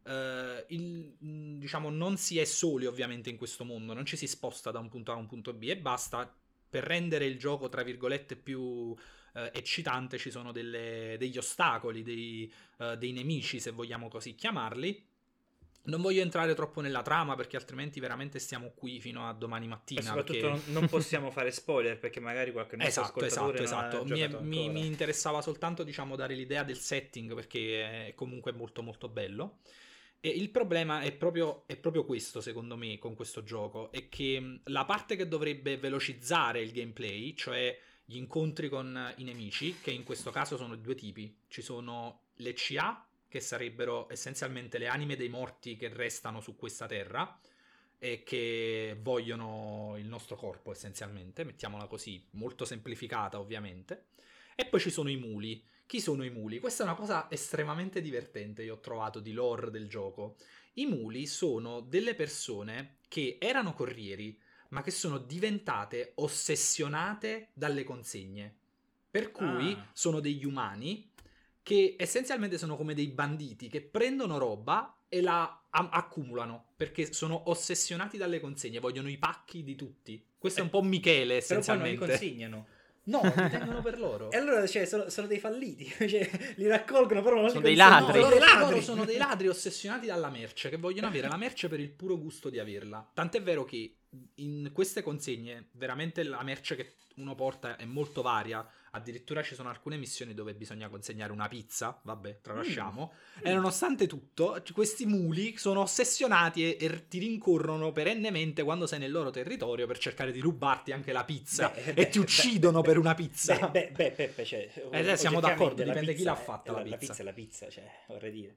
diciamo non si è soli ovviamente in questo mondo, non ci si sposta da un punto A a un punto B e basta. Per rendere il gioco tra virgolette più eccitante ci sono degli ostacoli, dei nemici, se vogliamo così chiamarli. Non voglio entrare troppo nella trama perché altrimenti veramente stiamo qui fino a domani mattina. E soprattutto non possiamo fare spoiler perché magari qualche nostro ascoltatore esatto. Mi interessava soltanto, diciamo, dare l'idea del setting, perché è comunque molto molto bello. E il problema è proprio questo, secondo me, con questo gioco, è che la parte che dovrebbe velocizzare il gameplay, cioè gli incontri con i nemici, che in questo caso sono due tipi. Ci sono le CA, che sarebbero essenzialmente le anime dei morti che restano su questa terra, e che vogliono il nostro corpo essenzialmente, mettiamola così, molto semplificata ovviamente. E poi ci sono i muli. Chi sono i muli? Questa è una cosa estremamente divertente, io ho trovato, di lore del gioco. I muli sono delle persone che erano corrieri, ma che sono diventate ossessionate dalle consegne. Per cui sono degli umani che essenzialmente sono come dei banditi che prendono roba e la accumulano perché sono ossessionati dalle consegne, vogliono i pacchi di tutti. Questo è un po' Michele essenzialmente. Però poi non li consegnano. No, li tengono per loro. E allora, cioè, sono dei falliti. Cioè, li raccolgono, però non sono li dei ladri. No, loro sono dei ladri ossessionati dalla merce, che vogliono avere la merce per il puro gusto di averla. Tant'è vero che in queste consegne, veramente la merce che uno porta è molto varia. Addirittura ci sono alcune missioni dove bisogna consegnare una pizza, vabbè, tralasciamo. E nonostante tutto, questi muli sono ossessionati e ti rincorrono perennemente quando sei nel loro territorio per cercare di rubarti anche la pizza. E ti uccidono per una pizza. Peppe, cioè, siamo d'accordo, dipende chi l'ha fatta la pizza. La pizza è la pizza, cioè, vorrei dire.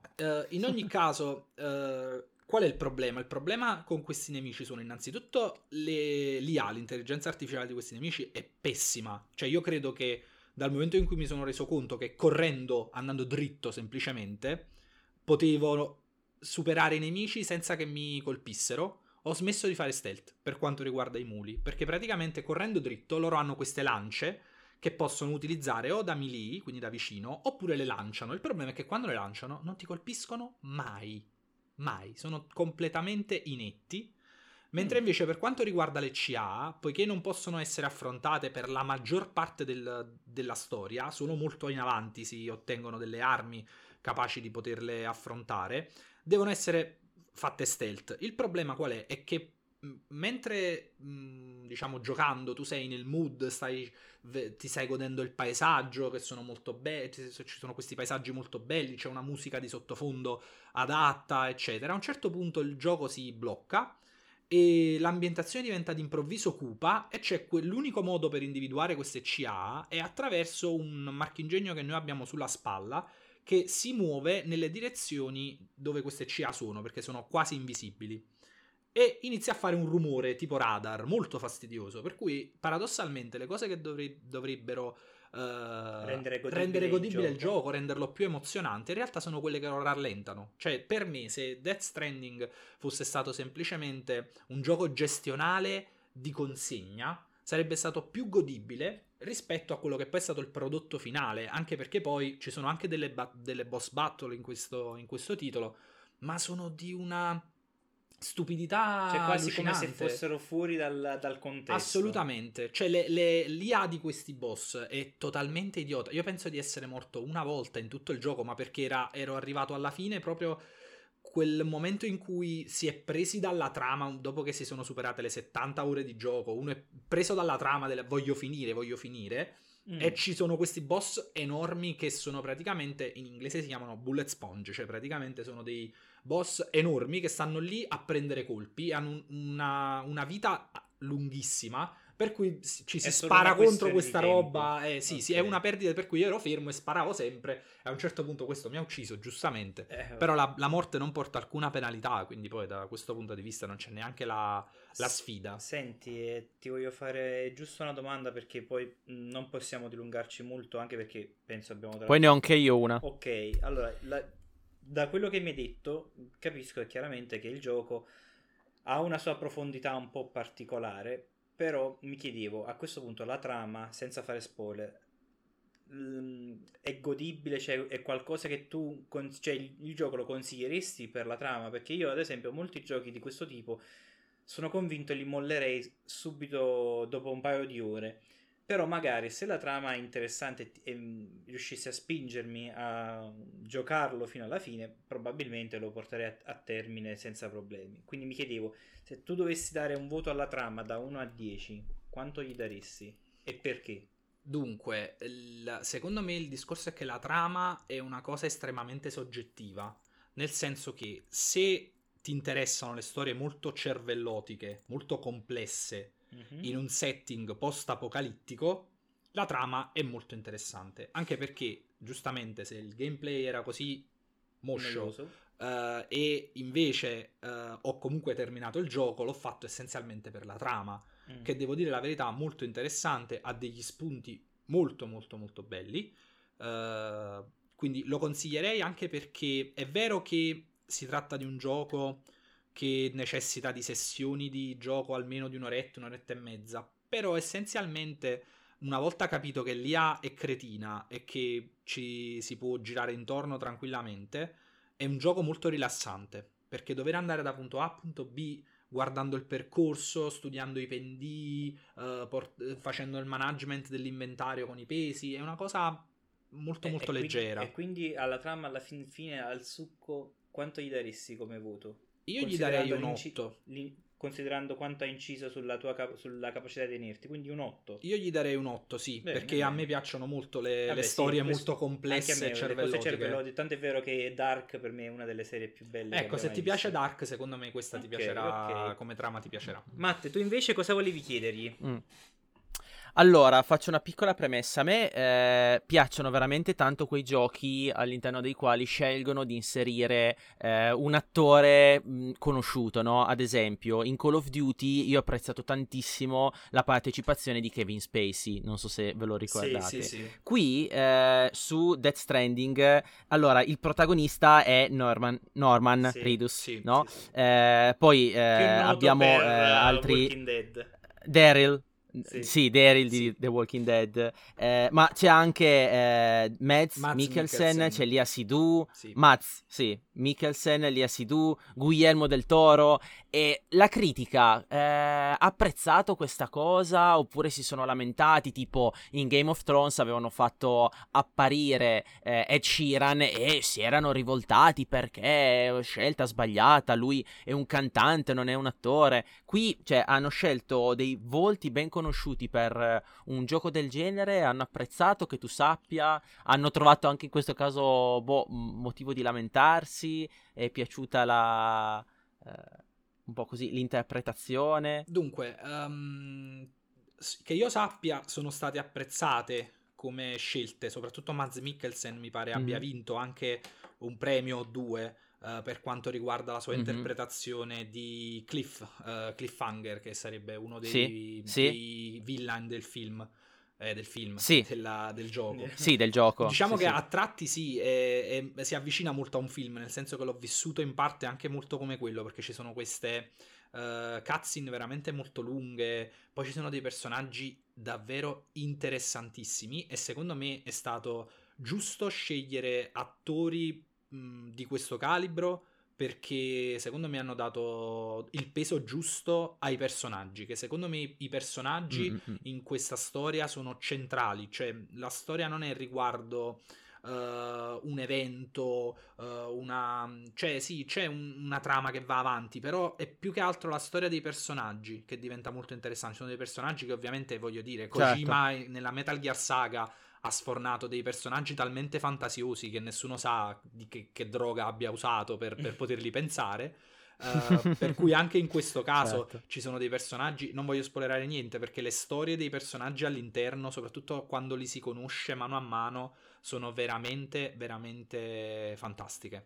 In ogni caso, qual è il problema? Il problema con questi nemici sono innanzitutto l'IA, l'intelligenza artificiale di questi nemici è pessima. Cioè io credo che dal momento in cui mi sono reso conto che correndo, andando dritto semplicemente, potevo superare i nemici senza che mi colpissero, ho smesso di fare stealth per quanto riguarda i muli, perché praticamente correndo dritto loro hanno queste lance che possono utilizzare o da melee, quindi da vicino, oppure le lanciano. Il problema è che quando le lanciano non ti colpiscono mai, sono completamente inetti. Mentre invece per quanto riguarda le CA, poiché non possono essere affrontate per la maggior parte della storia, sono molto in avanti, si ottengono delle armi capaci di poterle affrontare, devono essere fatte stealth. Il problema qual è? È che mentre diciamo giocando tu sei nel mood, ti stai godendo il paesaggio, che sono molto belli, ci sono questi paesaggi molto belli, c'è una musica di sottofondo adatta, eccetera. A un certo punto il gioco si blocca e l'ambientazione diventa d'improvviso cupa e c'è l'unico modo per individuare queste CA è attraverso un marchingegno che noi abbiamo sulla spalla che si muove nelle direzioni dove queste CA sono, perché sono quasi invisibili, e inizia a fare un rumore tipo radar molto fastidioso, per cui paradossalmente le cose che dovrebbero rendere godibile il gioco, renderlo più emozionante, in realtà sono quelle che lo rallentano. Cioè per me, se Death Stranding fosse stato semplicemente un gioco gestionale di consegna, sarebbe stato più godibile rispetto a quello che poi è stato il prodotto finale, anche perché poi ci sono anche delle boss battle in questo titolo, ma sono di una stupidità, cioè quasi allucinante. Come se fossero fuori dal contesto. Assolutamente. Cioè l'IA di questi boss è totalmente idiota. Io penso di essere morto una volta in tutto il gioco, ma perché ero arrivato alla fine, proprio quel momento in cui si è presi dalla trama dopo che si sono superate le 70 ore di gioco. Uno è preso dalla trama del voglio finire. E ci sono questi boss enormi che sono praticamente, in inglese si chiamano bullet sponge, cioè praticamente sono dei boss enormi che stanno lì a prendere colpi, hanno una vita lunghissima, per cui ci si spara contro questa roba. Sì, è una perdita, per cui io ero fermo e sparavo sempre, e a un certo punto questo mi ha ucciso, giustamente, però la morte non porta alcuna penalità, quindi poi da questo punto di vista non c'è neanche la sfida. Senti, ti voglio fare giusto una domanda, perché poi non possiamo dilungarci molto, anche perché penso abbiamo poi ne ho anche io una. Ok, allora da quello che mi hai detto capisco chiaramente che il gioco ha una sua profondità un po' particolare, però mi chiedevo, a questo punto la trama, senza fare spoiler, è godibile? Cioè è qualcosa che tu cioè il gioco lo consiglieresti per la trama? Perché io ad esempio molti giochi di questo tipo sono convinto li mollerei subito dopo un paio di ore, però magari se la trama è interessante e riuscissi a spingermi a giocarlo fino alla fine, probabilmente lo porterei a termine senza problemi. Quindi mi chiedevo, se tu dovessi dare un voto alla trama da 1 a 10, quanto gli daresti e perché? Dunque, secondo me il discorso è che la trama è una cosa estremamente soggettiva, nel senso che se ti interessano le storie molto cervellotiche, molto complesse, in un setting post-apocalittico, la trama è molto interessante, anche perché giustamente se il gameplay era così moscio, e invece ho comunque terminato il gioco, l'ho fatto essenzialmente per la trama, che devo dire la verità molto interessante, ha degli spunti molto molto molto belli, quindi lo consiglierei anche perché è vero che si tratta di un gioco che necessita di sessioni di gioco almeno di un'oretta e mezza, però essenzialmente una volta capito che l'IA è cretina e che ci si può girare intorno tranquillamente, è un gioco molto rilassante, perché dover andare da punto A a punto B guardando il percorso, studiando i pendii, facendo il management dell'inventario con i pesi, è una cosa molto molto leggera. E quindi alla trama, alla fine, al succo, quanto gli daresti come voto? Io gli darei un 8. Considerando quanto ha inciso sulla tua sulla capacità di tenerti, quindi un 8. Io gli darei un 8, sì, perché a me piacciono molto le storie molto complesse e cervellotiche. Tanto è vero che Dark per me è una delle serie più belle. Ecco, se ti piace Dark, secondo me questa ti piacerà, come trama ti piacerà. Matte, tu invece cosa volevi chiedergli? Allora, faccio una piccola premessa. A me piacciono veramente tanto quei giochi all'interno dei quali scelgono di inserire un attore conosciuto, no? Ad esempio, in Call of Duty io ho apprezzato tantissimo la partecipazione di Kevin Spacey, non so se ve lo ricordate. Sì. Qui su Death Stranding, allora, il protagonista è Norman Reedus, no? Sì. Poi abbiamo altri... Walking Dead. Daryl. Sì, Daryl di The Walking Dead, ma c'è anche Mads Mikkelsen, c'è Lia Seydoux, Mads Mikkelsen, Lia Seydoux, Guillermo del Toro, e la critica ha apprezzato questa cosa oppure si sono lamentati? Tipo in Game of Thrones avevano fatto apparire Ed Sheeran e si erano rivoltati perché è scelta sbagliata, lui è un cantante, non è un attore. Qui hanno scelto dei volti ben conosciuti per un gioco del genere, hanno apprezzato, che tu sappia, hanno trovato anche in questo caso motivo di lamentarsi, è piaciuta un po' così l'interpretazione. Dunque, che io sappia sono state apprezzate come scelte, soprattutto Mads Mikkelsen mi pare abbia vinto anche un premio o due per quanto riguarda la sua interpretazione di Cliffhanger, che sarebbe uno dei villain del film. Del gioco. Sì, del gioco. Diciamo che a tratti si avvicina molto a un film, nel senso che l'ho vissuto in parte anche molto come quello, perché ci sono queste cutscene veramente molto lunghe, poi ci sono dei personaggi davvero interessantissimi e secondo me è stato giusto scegliere attori di questo calibro, perché secondo me hanno dato il peso giusto ai personaggi, che secondo me i personaggi in questa storia sono centrali, cioè la storia non è riguardo un evento, c'è una trama che va avanti, però è più che altro la storia dei personaggi che diventa molto interessante. Ci sono dei personaggi che ovviamente, voglio dire, Kojima nella Metal Gear Saga ha sfornato dei personaggi talmente fantasiosi che nessuno sa di che droga abbia usato per poterli pensare, per cui anche in questo caso ci sono dei personaggi, non voglio spoilerare niente, perché le storie dei personaggi all'interno, soprattutto quando li si conosce mano a mano, sono veramente veramente fantastiche.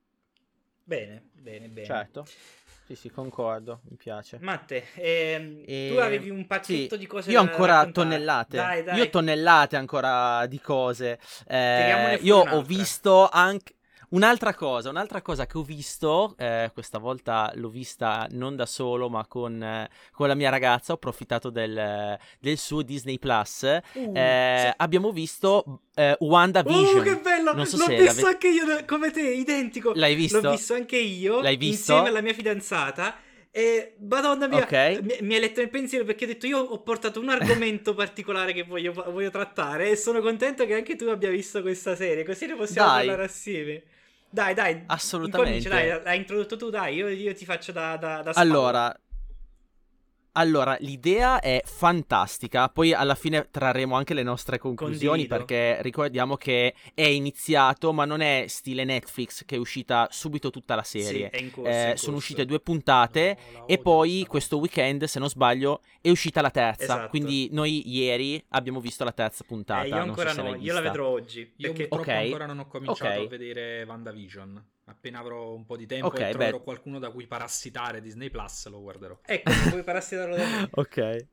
Bene. Certo. Sì, concordo, mi piace. Matte, tu avevi un pacchetto di cose. Io ancora tonnellate. Dai. Io tonnellate ancora di cose. Io ho visto anche un'altra cosa che ho visto, questa volta l'ho vista non da solo ma con la mia ragazza, ho approfittato del suo Disney Plus, abbiamo visto WandaVision. Che bello, non so l'ho se visto anche io come te, identico. L'hai visto? L'ho visto anche io, l'hai visto? Insieme alla mia fidanzata. E madonna mia, mi hai letto nel pensiero, perché ho detto io ho portato un argomento particolare che voglio trattare e sono contento che anche tu abbia visto questa serie, così ne possiamo parlare assieme. Dai, assolutamente. L'hai introdotto tu, dai, io ti faccio da spalla. Allora, l'idea è fantastica, poi alla fine trarremo anche le nostre conclusioni. Condivido. Perché ricordiamo che è iniziato, ma non è stile Netflix che è uscita subito tutta la serie. Sì, è in corso. Sono uscite 2 puntate e poi questo weekend, se non sbaglio, è uscita la terza. Esatto. Quindi noi ieri abbiamo visto la terza puntata. Io ancora non so se io la vedrò oggi. Io purtroppo ancora non ho cominciato a vedere WandaVision. Appena avrò un po' di tempo e troverò qualcuno da cui parassitare Disney Plus, lo guarderò. Ecco, puoi parassitarlo da me. Ok.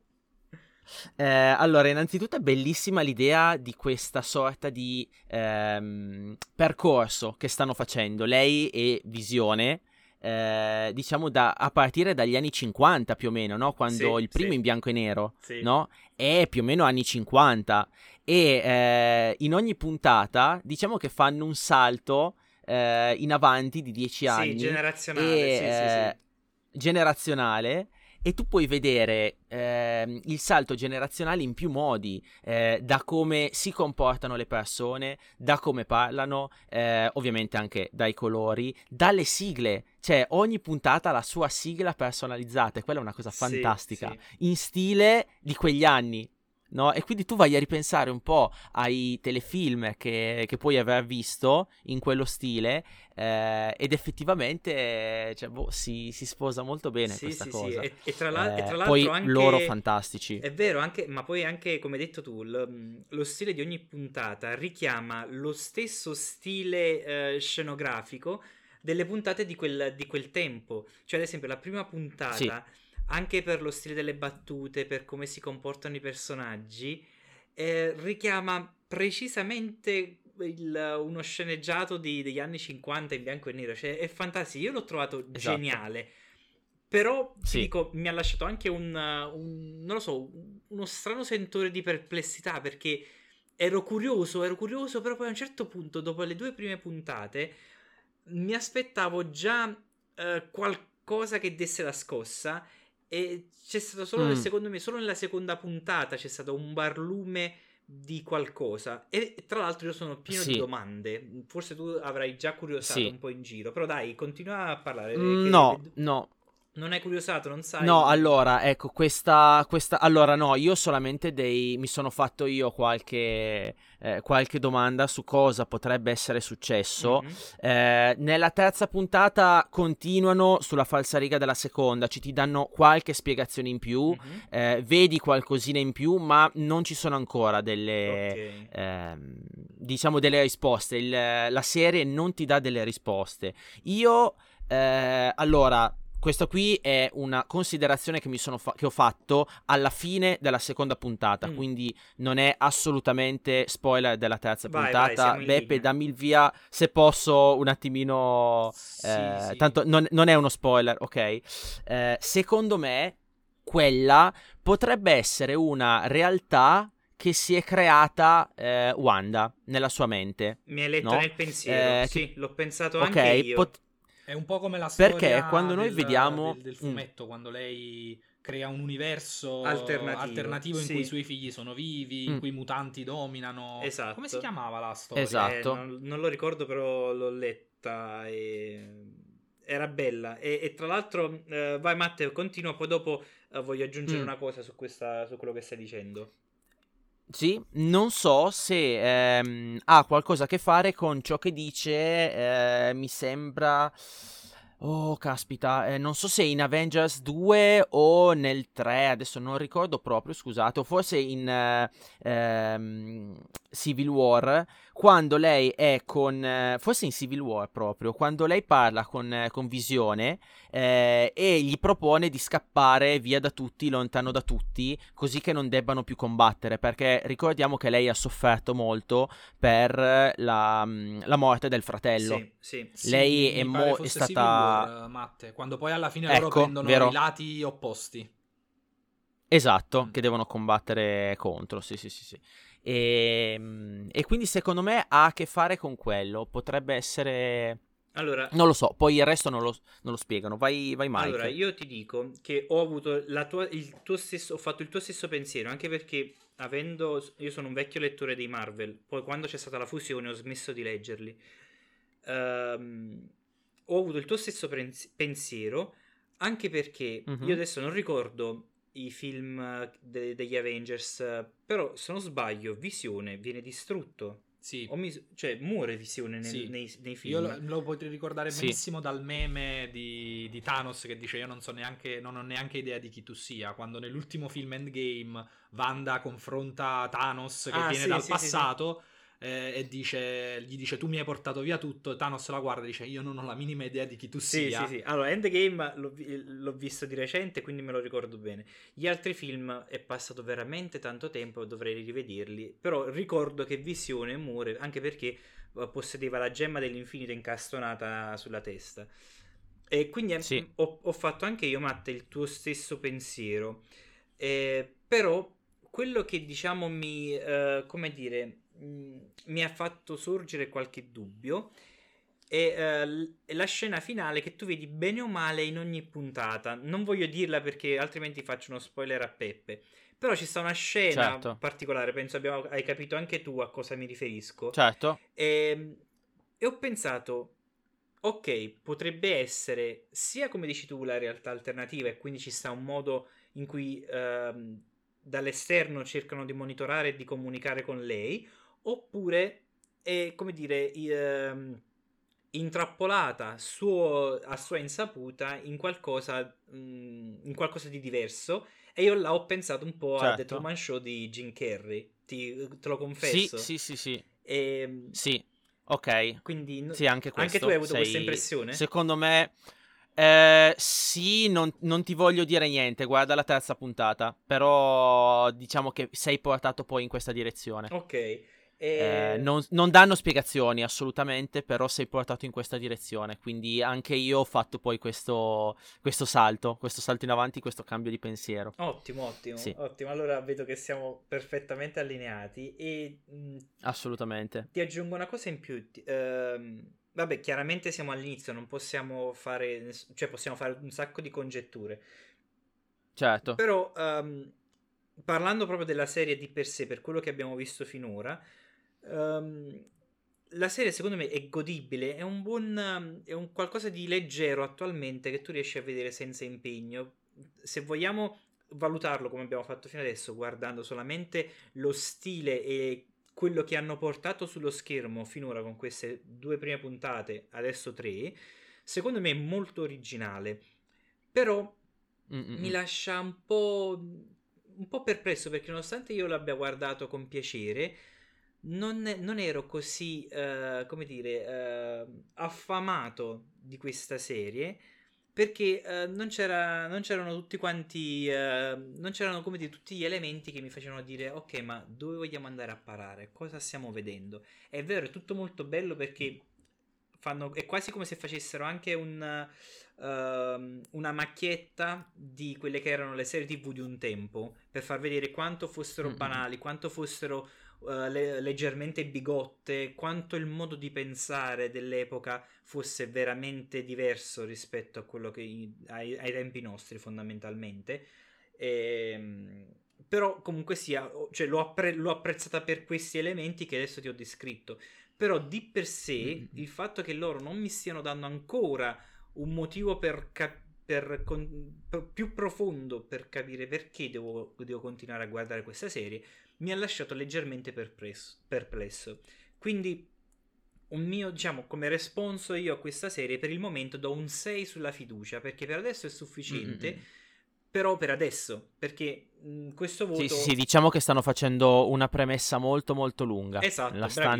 Allora, innanzitutto è bellissima l'idea di questa sorta di percorso che stanno facendo lei e Visione, diciamo a partire dagli anni 50 più o meno, no? Quando il primo in bianco e nero, no? È più o meno anni 50 e in ogni puntata diciamo che fanno un salto in avanti di 10 anni. Generazionale, generazionale. E tu puoi vedere il salto generazionale in più modi, da come si comportano le persone, da come parlano, ovviamente anche dai colori, dalle sigle. Cioè ogni puntata ha la sua sigla personalizzata e quella è una cosa fantastica, in stile di quegli anni. No? E quindi tu vai a ripensare un po' ai telefilm che puoi aver visto in quello stile ed effettivamente si sposa molto bene questa cosa. E tra l'altro poi anche, loro fantastici. È vero, anche, ma poi anche come hai detto tu lo stile di ogni puntata richiama lo stesso stile scenografico delle puntate di quel tempo. Cioè ad esempio la prima puntata, anche per lo stile delle battute, per come si comportano i personaggi, richiama precisamente uno sceneggiato degli anni 50 in bianco e nero. Cioè è fantastico, io l'ho trovato geniale. Però ti dico, mi ha lasciato anche non lo so, uno strano sentore di perplessità, perché ero curioso, però poi a un certo punto, dopo le 2 prime puntate, mi aspettavo già qualcosa che desse la scossa. E c'è stato solo, secondo me, solo nella seconda puntata c'è stato un barlume di qualcosa. E tra l'altro io sono pieno di domande. Forse tu avrai già curiosato un po' in giro. Però dai, continua a parlare. No. Non hai curiosato, non sai? No, allora, ecco, questa allora no, io solamente mi sono fatto io qualche domanda su cosa potrebbe essere successo. Nella terza puntata continuano sulla falsariga della seconda, ti danno qualche spiegazione in più, vedi qualcosina in più, ma non ci sono ancora delle diciamo delle risposte. La serie non ti dà delle risposte. Io allora, questa qui è una considerazione che che ho fatto alla fine della seconda puntata, quindi non è assolutamente spoiler della terza puntata. Beppe, dammi il via se posso un attimino, tanto non è uno spoiler, ok? Secondo me quella potrebbe essere una realtà che si è creata Wanda nella sua mente. Mi hai letto nel pensiero, l'ho pensato anche io. È un po' come la storia perché quando noi vediamo del fumetto, quando lei crea un universo alternativo in cui i suoi figli sono vivi, in cui i mutanti dominano. Esatto. Come si chiamava la storia? Esatto. Non lo ricordo, però l'ho letta e era bella. E tra l'altro, vai Matteo, continua, poi dopo voglio aggiungere una cosa su quello che stai dicendo. Sì, non so se ha qualcosa a che fare con ciò che dice, mi sembra. Oh, caspita, non so se in Avengers 2 o nel 3, adesso non ricordo proprio, scusate, o forse in Civil War, quando lei è forse in Civil War proprio, quando lei parla con Visione e gli propone di scappare via da tutti, lontano da tutti, così che non debbano più combattere, perché ricordiamo che lei ha sofferto molto per la morte del fratello. Sì. Lei è stata... Matte, quando poi alla fine loro prendono i lati opposti. Esatto, che devono combattere contro, sì. E quindi secondo me ha a che fare con quello, potrebbe essere... Allora, non lo so, poi il resto non lo spiegano. Vai Mike. Allora, io ti dico che ho avuto ho fatto il tuo stesso pensiero, anche perché io sono un vecchio lettore dei Marvel, poi quando c'è stata la fusione ho smesso di leggerli. Ho avuto il tuo stesso pensiero, anche perché io adesso non ricordo i film degli Avengers, però se non sbaglio Visione viene distrutto. Sì. Cioè muore Visione nei film. Io lo potrei ricordare benissimo dal meme di Thanos che dice: io non ho neanche idea di chi tu sia, quando nell'ultimo film Endgame Wanda confronta Thanos che viene dal passato. e gli dice tu mi hai portato via tutto. Thanos la guarda e dice io non ho la minima idea di chi tu sia. Sì. Allora, Endgame l'ho visto di recente, quindi me lo ricordo bene. Gli altri film è passato veramente tanto tempo, dovrei rivederli, però ricordo che Visione muore anche perché possedeva la gemma dell'infinito incastonata sulla testa. E quindi ho fatto anche io, Matte, il tuo stesso pensiero. Però quello che diciamo mi ha fatto sorgere qualche dubbio è la scena finale che tu vedi bene o male in ogni puntata. Non voglio dirla perché altrimenti faccio uno spoiler a Peppe. Però ci sta una scena particolare, penso hai capito anche tu a cosa mi riferisco. Certo. E ho pensato, ok, potrebbe essere sia come dici tu la realtà alternativa e quindi ci sta un modo in cui dall'esterno cercano di monitorare e di comunicare con lei, oppure è come dire intrappolata a sua insaputa in qualcosa di diverso. E io là ho pensato un po' a The Truman Show di Jim Carrey, te lo confesso. Sì. Sì, ok. Quindi sì, anche tu hai avuto questa impressione? Secondo me sì, non ti voglio dire niente, guarda la terza puntata, però diciamo che sei portato poi in questa direzione. Ok. Non danno spiegazioni assolutamente, però sei portato in questa direzione, quindi anche io ho fatto poi questo salto in avanti, questo cambio di pensiero. Ottimo, sì. Ottimo. Allora vedo che siamo perfettamente allineati e assolutamente. Ti aggiungo una cosa in più. Vabbè, chiaramente siamo all'inizio, non possiamo fare, cioè possiamo fare un sacco di congetture. Certo. Però parlando proprio della serie di per sé, per quello che abbiamo visto finora, la serie secondo me è godibile, è un qualcosa di leggero attualmente che tu riesci a vedere senza impegno. Se vogliamo valutarlo come abbiamo fatto fino adesso, guardando solamente lo stile e quello che hanno portato sullo schermo finora con queste 2 prime puntate, adesso 3, secondo me è molto originale, però mi lascia un po' perplesso, perché nonostante io l'abbia guardato con piacere, non ero così affamato di questa serie, perché non c'erano tutti quanti non c'erano come dire tutti gli elementi che mi facevano dire ok, ma dove vogliamo andare a parare, cosa stiamo vedendo. È vero, è tutto molto bello perché è quasi come se facessero anche una macchietta di quelle che erano le serie TV di un tempo, per far vedere quanto fossero banali, quanto fossero leggermente bigotte, quanto il modo di pensare dell'epoca fosse veramente diverso rispetto a quello che ai tempi nostri, fondamentalmente. Però comunque sia, cioè, l'ho apprezzata per questi elementi che adesso ti ho descritto. Però di per sé il fatto che loro non mi stiano dando ancora un motivo più profondo per capire perché devo continuare a guardare questa serie mi ha lasciato leggermente perplesso. Quindi un mio, diciamo, come responso io a questa serie per il momento do un 6 sulla fiducia, perché per adesso è sufficiente. Però per adesso, perché questo voto... Sì, diciamo che stanno facendo una premessa molto molto lunga. Esatto,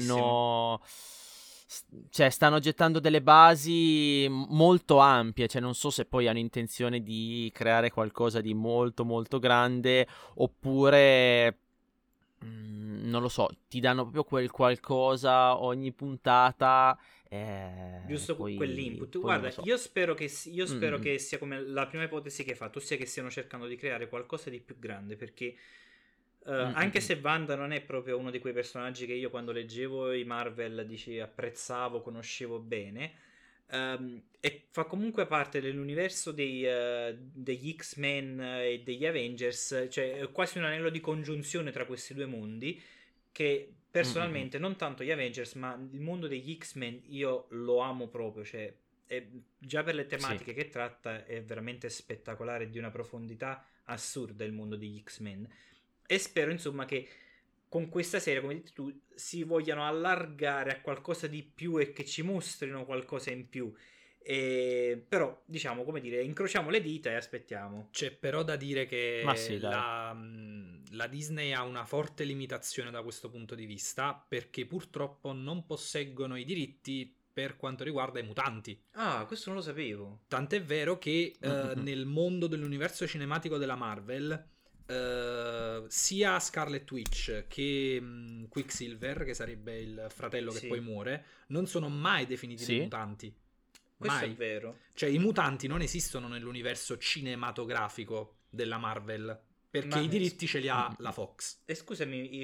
stanno gettando delle basi molto ampie, cioè non so se poi hanno intenzione di creare qualcosa di molto molto grande, oppure non lo so, ti danno proprio quel qualcosa ogni puntata, giusto quell'input. Guarda, so. io spero che sia come la prima ipotesi che hai fatto, ossia che stiano cercando di creare qualcosa di più grande, perché anche se Wanda non è proprio uno di quei personaggi che io quando leggevo i Marvel apprezzavo, conoscevo bene, e fa comunque parte dell'universo degli X-Men e degli Avengers, cioè è quasi un anello di congiunzione tra questi due mondi, che personalmente non tanto gli Avengers ma il mondo degli X-Men io lo amo proprio, cioè già per le tematiche che tratta è veramente spettacolare, di una profondità assurda il mondo degli X-Men, e spero insomma che con questa serie, come dici tu, si vogliano allargare a qualcosa di più e che ci mostrino qualcosa in più. Però, diciamo, come dire, incrociamo le dita e aspettiamo. C'è però da dire che la Disney ha una forte limitazione da questo punto di vista, perché purtroppo non posseggono i diritti per quanto riguarda i mutanti. Ah, questo non lo sapevo. Tant'è vero che nel mondo dell'universo cinematico della Marvel, sia Scarlet Witch che Quicksilver, che sarebbe il fratello che poi muore, non sono mai definiti dei mutanti. Questo mai. È vero. Cioè i mutanti non esistono nell'universo cinematografico della Marvel, perché i diritti ce li ha la Fox. E scusami,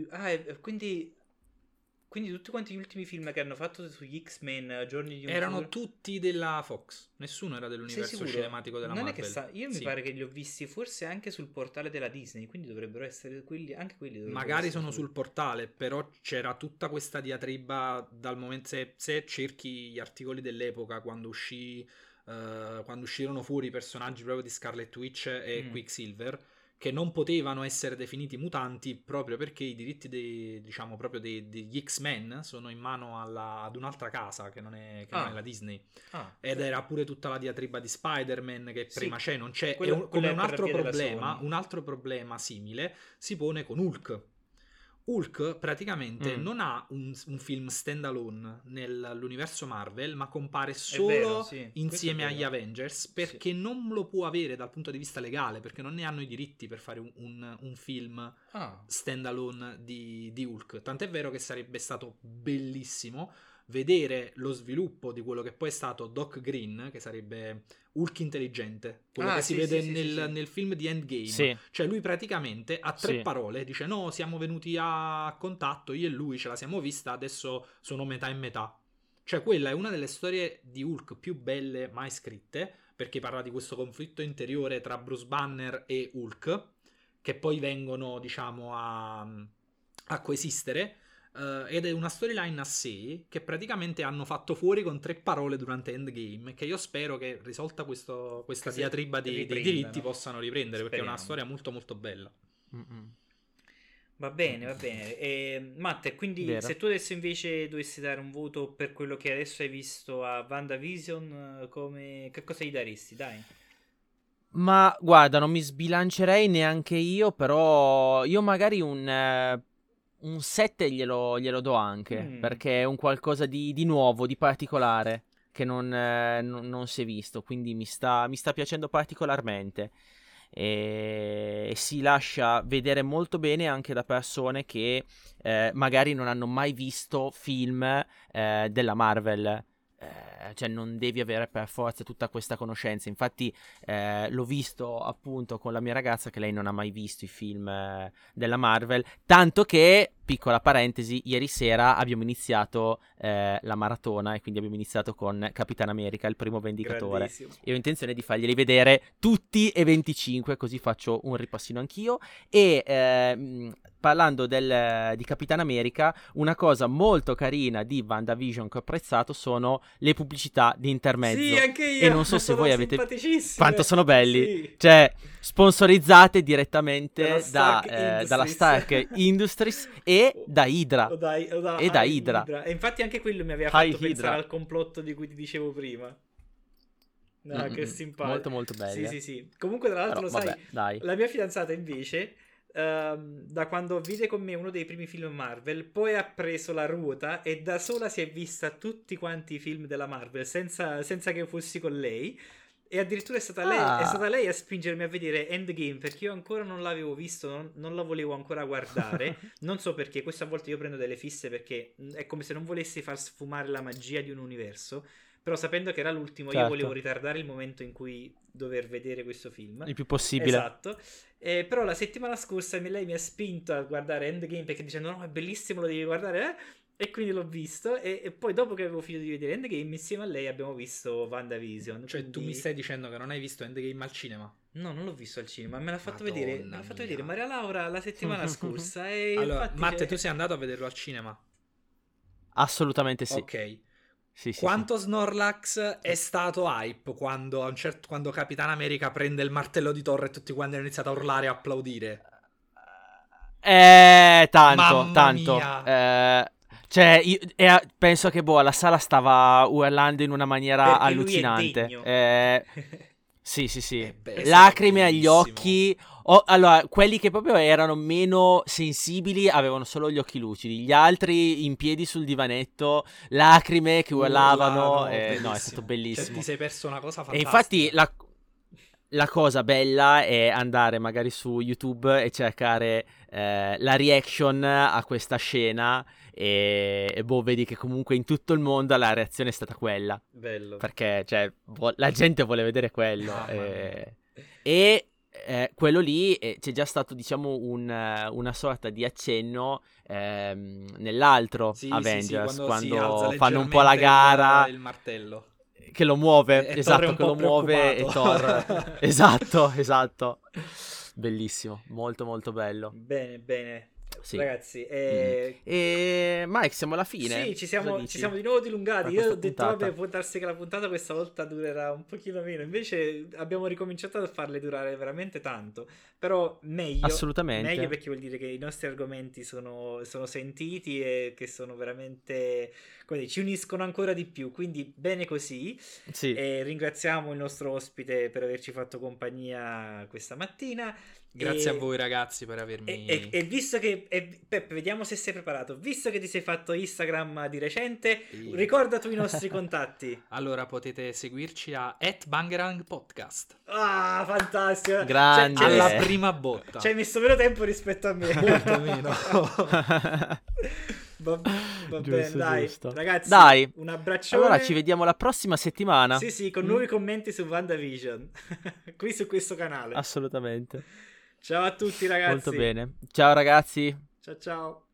quindi tutti quanti gli ultimi film che hanno fatto sugli X-Men, Giorni di un erano tutti della Fox, nessuno era dell'universo cinematico della Marvel. Io mi pare che li ho visti forse anche sul portale della Disney, quindi dovrebbero essere quelli, anche quelli magari sono sul portale, però c'era tutta questa diatriba dal momento, se cerchi gli articoli dell'epoca quando uscirono fuori i personaggi proprio di Scarlet Witch e Quicksilver, che non potevano essere definiti mutanti proprio perché i diritti degli X-Men sono in mano ad un'altra casa che non è la Disney. Ed era pure tutta la diatriba di Spider-Man che prima c'è, non c'è. Come un altro problema simile si pone con Hulk. Hulk praticamente non ha un film standalone nell'universo Marvel, ma compare solo insieme agli Avengers, perché non lo può avere dal punto di vista legale, perché non ne hanno i diritti per fare un film standalone di Hulk. Tant'è vero che sarebbe stato bellissimo vedere lo sviluppo di quello che poi è stato Doc Green, che sarebbe Hulk intelligente, quello che si vede nel film di Endgame. Cioè lui praticamente a 3 parole dice: no, siamo venuti a contatto, io e lui ce la siamo vista, adesso sono metà e metà. Cioè quella è una delle storie di Hulk più belle mai scritte, perché parla di questo conflitto interiore tra Bruce Banner e Hulk, che poi vengono, diciamo, a coesistere. Ed è una storyline a sé che praticamente hanno fatto fuori con 3 parole durante Endgame, che io spero che, risolta questa diatriba dei diritti, possano riprendere. Speriamo. Perché è una storia molto molto bella. Va bene. Matte, quindi se tu adesso invece dovessi dare un voto per quello che adesso hai visto a WandaVision, che cosa gli daresti? Dai. Ma guarda, non mi sbilancerei neanche io, però io magari un 7 glielo do anche, perché è un qualcosa di nuovo, di particolare, che non si è visto, quindi mi sta piacendo particolarmente. E si lascia vedere molto bene anche da persone che magari non hanno mai visto film della Marvel. Cioè non devi avere per forza tutta questa conoscenza. Infatti l'ho visto appunto con la mia ragazza, che lei non ha mai visto i film della Marvel, tanto che, piccola parentesi, ieri sera abbiamo iniziato la maratona, e quindi abbiamo iniziato con Capitan America, il primo Vendicatore. Grandissimo. E ho intenzione di farglieli vedere tutti e 25, così faccio un ripassino anch'io. E parlando di Capitan America, una cosa molto carina di WandaVision che ho apprezzato sono le pubblicità di intermezzo. Sì, anche io. E non so se voi avete quanto sono belli. Cioè, sponsorizzate direttamente dalla Stark Industries e da Hydra. Da Hydra. E infatti anche quello mi aveva fatto pensare al complotto di cui ti dicevo prima. No, che simpatico. Molto molto bello. Sì. Comunque, tra l'altro, però, lo sai, dai. La mia fidanzata invece, da quando vide con me uno dei primi film Marvel, poi ha preso la ruota e da sola si è vista tutti quanti i film della Marvel senza che fossi con lei. E addirittura è stata lei a spingermi a vedere Endgame, perché io ancora non l'avevo visto, non la volevo ancora guardare. Non so perché, questa volta io prendo delle fisse, perché è come se non volessi far sfumare la magia di un universo. Però sapendo che era l'ultimo, io volevo ritardare il momento in cui dover vedere questo film il più possibile. Esatto. Però la settimana scorsa lei mi ha spinto a guardare Endgame, perché dicendo no, è bellissimo, lo devi guardare, E quindi l'ho visto, e poi dopo che avevo finito di vedere Endgame, insieme a lei abbiamo visto WandaVision. Cioè quindi... tu mi stai dicendo che non hai visto Endgame al cinema? No, non l'ho visto al cinema, me l'ha fatto vedere Maria Laura la settimana scorsa. E allora, Matte, tu sei andato a vederlo al cinema? Assolutamente sì. Ok. Sì, quanto Snorlax è stato hype quando Capitan America prende il martello di Thor e tutti quanti hanno iniziato a urlare e applaudire? Tanto. Cioè, penso che la sala stava urlando in una maniera perché allucinante. Sì. Lacrime agli occhi. Allora, quelli che proprio erano meno sensibili avevano solo gli occhi lucidi. Gli altri in piedi sul divanetto, lacrime che urlavano. No, è stato bellissimo. Cioè, ti sei perso una cosa fantastica. E infatti la cosa bella è andare magari su YouTube e cercare la reaction a questa scena e vedi che comunque in tutto il mondo la reazione è stata quella. Bello. Perché cioè, la gente vuole vedere quello. E quello lì c'è già stato, diciamo, una sorta di accenno nell'altro Avengers, quando fanno un po' la gara. Il martello. Che lo muove, esatto, che lo muove e Thor. Esatto. Bellissimo, molto molto bello. Bene. Sì. Ragazzi, e Mike, siamo alla fine. Sì, ci siamo di nuovo dilungati. Io ho detto, vabbè, può darsi che la puntata questa volta durerà un pochino meno. Invece abbiamo ricominciato a farle durare veramente tanto. Però meglio. Assolutamente. Meglio, perché vuol dire che i nostri argomenti sono sentiti e che sono veramente, come dire, ci uniscono ancora di più. Quindi bene così. Sì. E ringraziamo il nostro ospite per averci fatto compagnia questa mattina. Grazie a voi ragazzi per avermi... E visto che... Peppe, vediamo se sei preparato. Visto che ti sei fatto Instagram di recente, ricorda tu i nostri contatti. Allora, potete seguirci a @bangerangpodcast. Ah, fantastico. Grande. Alla prima botta. Ci hai messo meno tempo rispetto a me. Molto meno. Va bene, dai. Ragazzi, un abbraccione. Allora ci vediamo la prossima settimana. Sì, con nuovi commenti su WandaVision. Qui su questo canale. Assolutamente. Ciao a tutti ragazzi. Molto bene. Ciao ragazzi. Ciao.